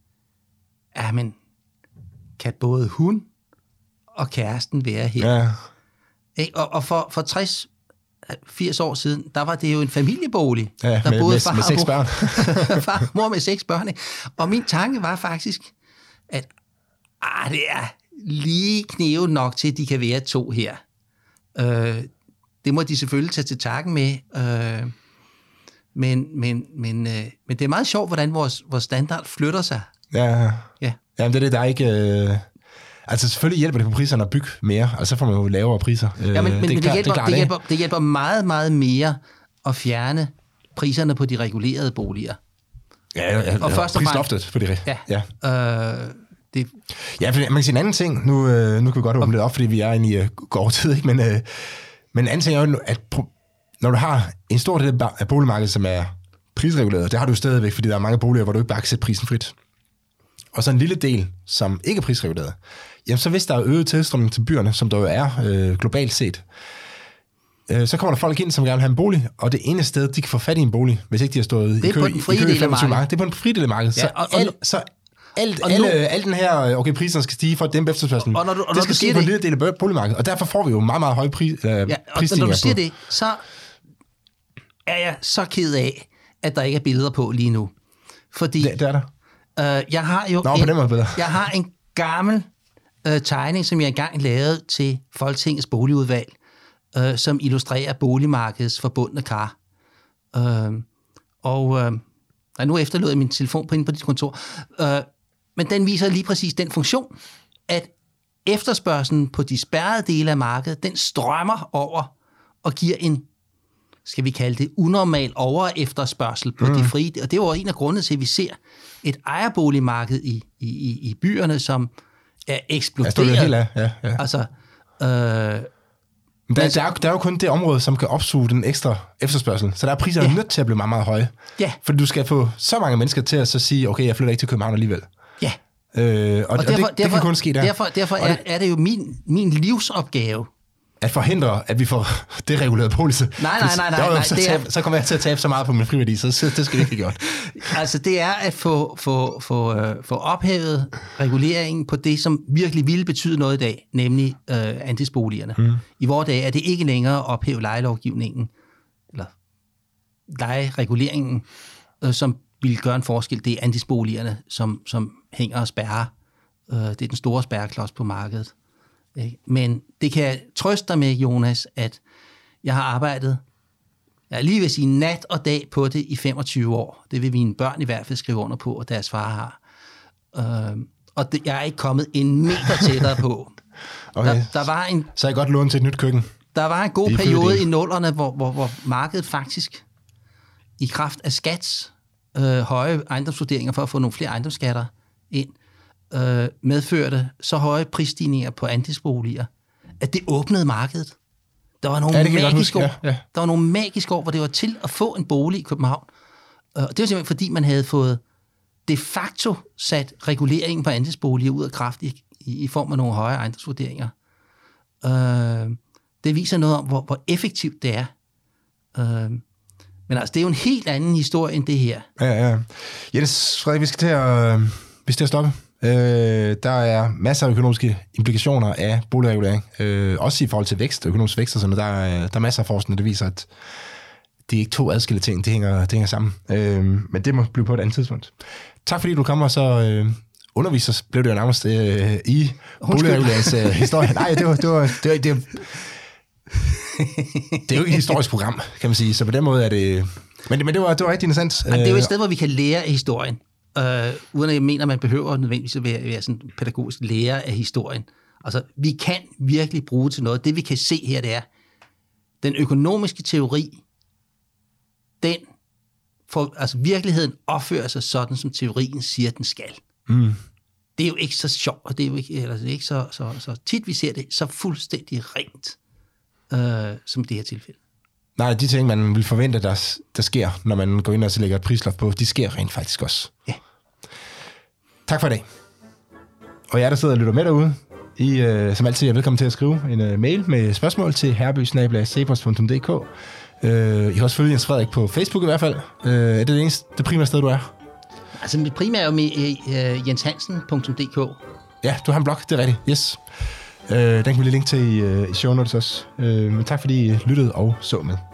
ja, men kan både hun og kæresten være her? Ja. Og, og for, for tres firs år siden, der var det jo en familiebolig. Ja, der med, boede med, far, med seks børn. far, mor med seks børn. Ikke? Og min tanke var faktisk, at ah, det er lige knæve nok til, at de kan være to her. Øh, det må de selvfølgelig tage til takken med. Øh, men, men, men, øh, men det er meget sjovt, hvordan vores, vores standard flytter sig. Ja, ja. Jamen det er det, der er ikke... Øh... Altså selvfølgelig hjælper det på priserne at bygge mere, og så får man jo lavere priser. Ja, men, men, det, men klart, det, hjælper, det, klart, det, hjælper, det hjælper meget, meget mere at fjerne priserne på de regulerede boliger. Ja, ja, og først og prisloftet på de ja, ja. Øh, det. Ja, for man kan sige en anden ting. Nu, øh, nu kan vi godt åbne det op, fordi vi er inde i uh, gårdtid, ikke? Men, øh, men en anden ting er jo, at når du har en stor del af boligmarkedet, som er prisreguleret, det har du jo stadigvæk, fordi der er mange boliger, hvor du ikke bare kan sætte prisen frit. Og så en lille del, som ikke er prisreguleret, jamen så hvis der er øget tilstrømning til byerne, som der jo er øh, globalt set, øh, så kommer der folk ind, som gerne vil have en bolig, og det eneste sted, de kan få fat i en bolig, hvis ikke de har stået i kø i femogtyve marked. Det er på en fri del af markedet. Ja, så og, og, al, så alt, og alle, nu, al den her, okay, priserne skal stige for at dæmpe efterspørgslen. Og når du, og det når skal du ske på en lille del af boligmarkedet, og derfor får vi jo meget, meget høje pris, øh, ja, prisstigninger. Og når du siger på. det, så er jeg så ked af, at der ikke er billeder på lige nu. Fordi... Det, det er der. Uh, jeg har jo Nå, en, måde, jeg har en gammel uh, tegning, som jeg engang lavede til Folketingets boligudvalg, uh, som illustrerer boligmarkedets forbundne kar. Uh, og uh, nu efterlod jeg min telefon på inde på dit kontor. Uh, men den viser lige præcis den funktion, at efterspørgselen på de spærrede dele af markedet, den strømmer over og giver en, skal vi kalde det, unormal overefterspørgsel på mm. de frie. Og det er jo en af grundene til, at vi ser et ejerboligmarked i, i, i byerne, som er eksploderet. Ja, det er helt af. Ja, ja. Altså, øh, der, der, er, der er jo kun det område, som kan opsuge den ekstra efterspørgsel. Så der er priserne ja. nødt til at blive meget, meget høje. Ja. Fordi du skal få så mange mennesker til at så sige, okay, jeg flytter ikke til København alligevel. Ja. Øh, og, og, derfor, og det, derfor, det kan kun ske der. Derfor, derfor er, det, er det jo min, min livsopgave, at forhindre, at vi får dereguleret policy. Nej, nej, nej, nej. nej så, det tab, er, så kommer jeg til at tabe så meget på min friværdi, så, så det skal vi ikke have gjort. Altså, det er at få, få, få, øh, få ophævet reguleringen på det, som virkelig ville betyde noget i dag, nemlig øh, andelsboligerne. Hmm. I vores dag er det ikke længere at ophæve lejelovgivningen, eller lejereguleringen, øh, som ville gøre en forskel. Det er andelsboligerne, som, som hænger og spærrer. Øh, det er den store spærreklods på markedet. Men det kan jeg trøste dig med, Jonas, at jeg har arbejdet, jeg lige vil sige nat og dag på det i femogtyve år. Det vil mine børn i hvert fald skrive under på, og deres far har. Øh, og det, jeg er ikke kommet en meter tættere på. Okay. Der, der var en, så er jeg godt lånt til et nyt køkken. Der var en god periode i nullerne, hvor, hvor, hvor markedet faktisk, i kraft af skats øh, høje ejendomsvurderinger for at få nogle flere ejendomsskatter ind, Øh, medførte så høje prisstigninger på andelsboliger, at det åbnede markedet. Der var nogle, ja, magiske, år, ja, ja. Der var nogle magiske år, hvor det var til at få en bolig i København. Øh, det var simpelthen, fordi man havde fået de facto sat reguleringen på andelsboliger ud af kraft i, i, i form af nogle høje ejendomsvurderinger. Øh, det viser noget om, hvor, hvor effektivt det er. Øh, men altså, det er jo en helt anden historie end det her. Ja, ja. Jens Frederik, vi skal til at, vi skal til at stoppe. Øh, der er masser af økonomiske implikationer af boligregulering. Øh, også i forhold til vækst, økonomisk vækst og sådan noget. Der er, der er masser af forskning, der viser, at det er ikke to adskilte ting, det hænger, det hænger sammen. Øh, men det må blive på et andet tidspunkt. Tak fordi du kom og så øh, underviser, blev det jo nærmest øh, i boligreguleringens øh, historie. Nej, det var... Det var, det var, det var det er jo ikke et historisk program, kan man sige, så på den måde er det... Men, men det, var, det var rigtig interessant. Ja, det er jo et sted, hvor vi kan lære af historien, øh, uden at jeg mener, at man behøver nødvendigvis at være, være sådan pædagogisk lærer af historien. Altså, vi kan virkelig bruge til noget. Det vi kan se her, det er, den økonomiske teori, den for, altså virkeligheden opfører sig sådan, som teorien siger, den skal. Mm. Det er jo ikke så sjovt, og det er jo ikke, eller det er ikke så, så, så tit, vi ser det så fuldstændig rent, øh, som det her tilfælde. Nej, de ting, man vil forvente, der, der sker, når man går ind og så lægger et prisloft på, de sker rent faktisk også. Ja. Tak for i dag. Og jer, der sidder og lytter med derude, I, øh, som altid er velkommen til at skrive en øh, mail med spørgsmål til herby snabel-a cepos punktum d k. Øh, I kan også følge Jens Frederik på Facebook i hvert fald. Øh, er det det eneste, det primære sted, du er? Altså, mit primære er jo med uh, jens hansen punktum d k. Ja, du har en blog, det er rigtigt. Yes. Øh, den kan vi lige linke til i, uh, i show notes også. Øh, men tak fordi I lyttede og så med.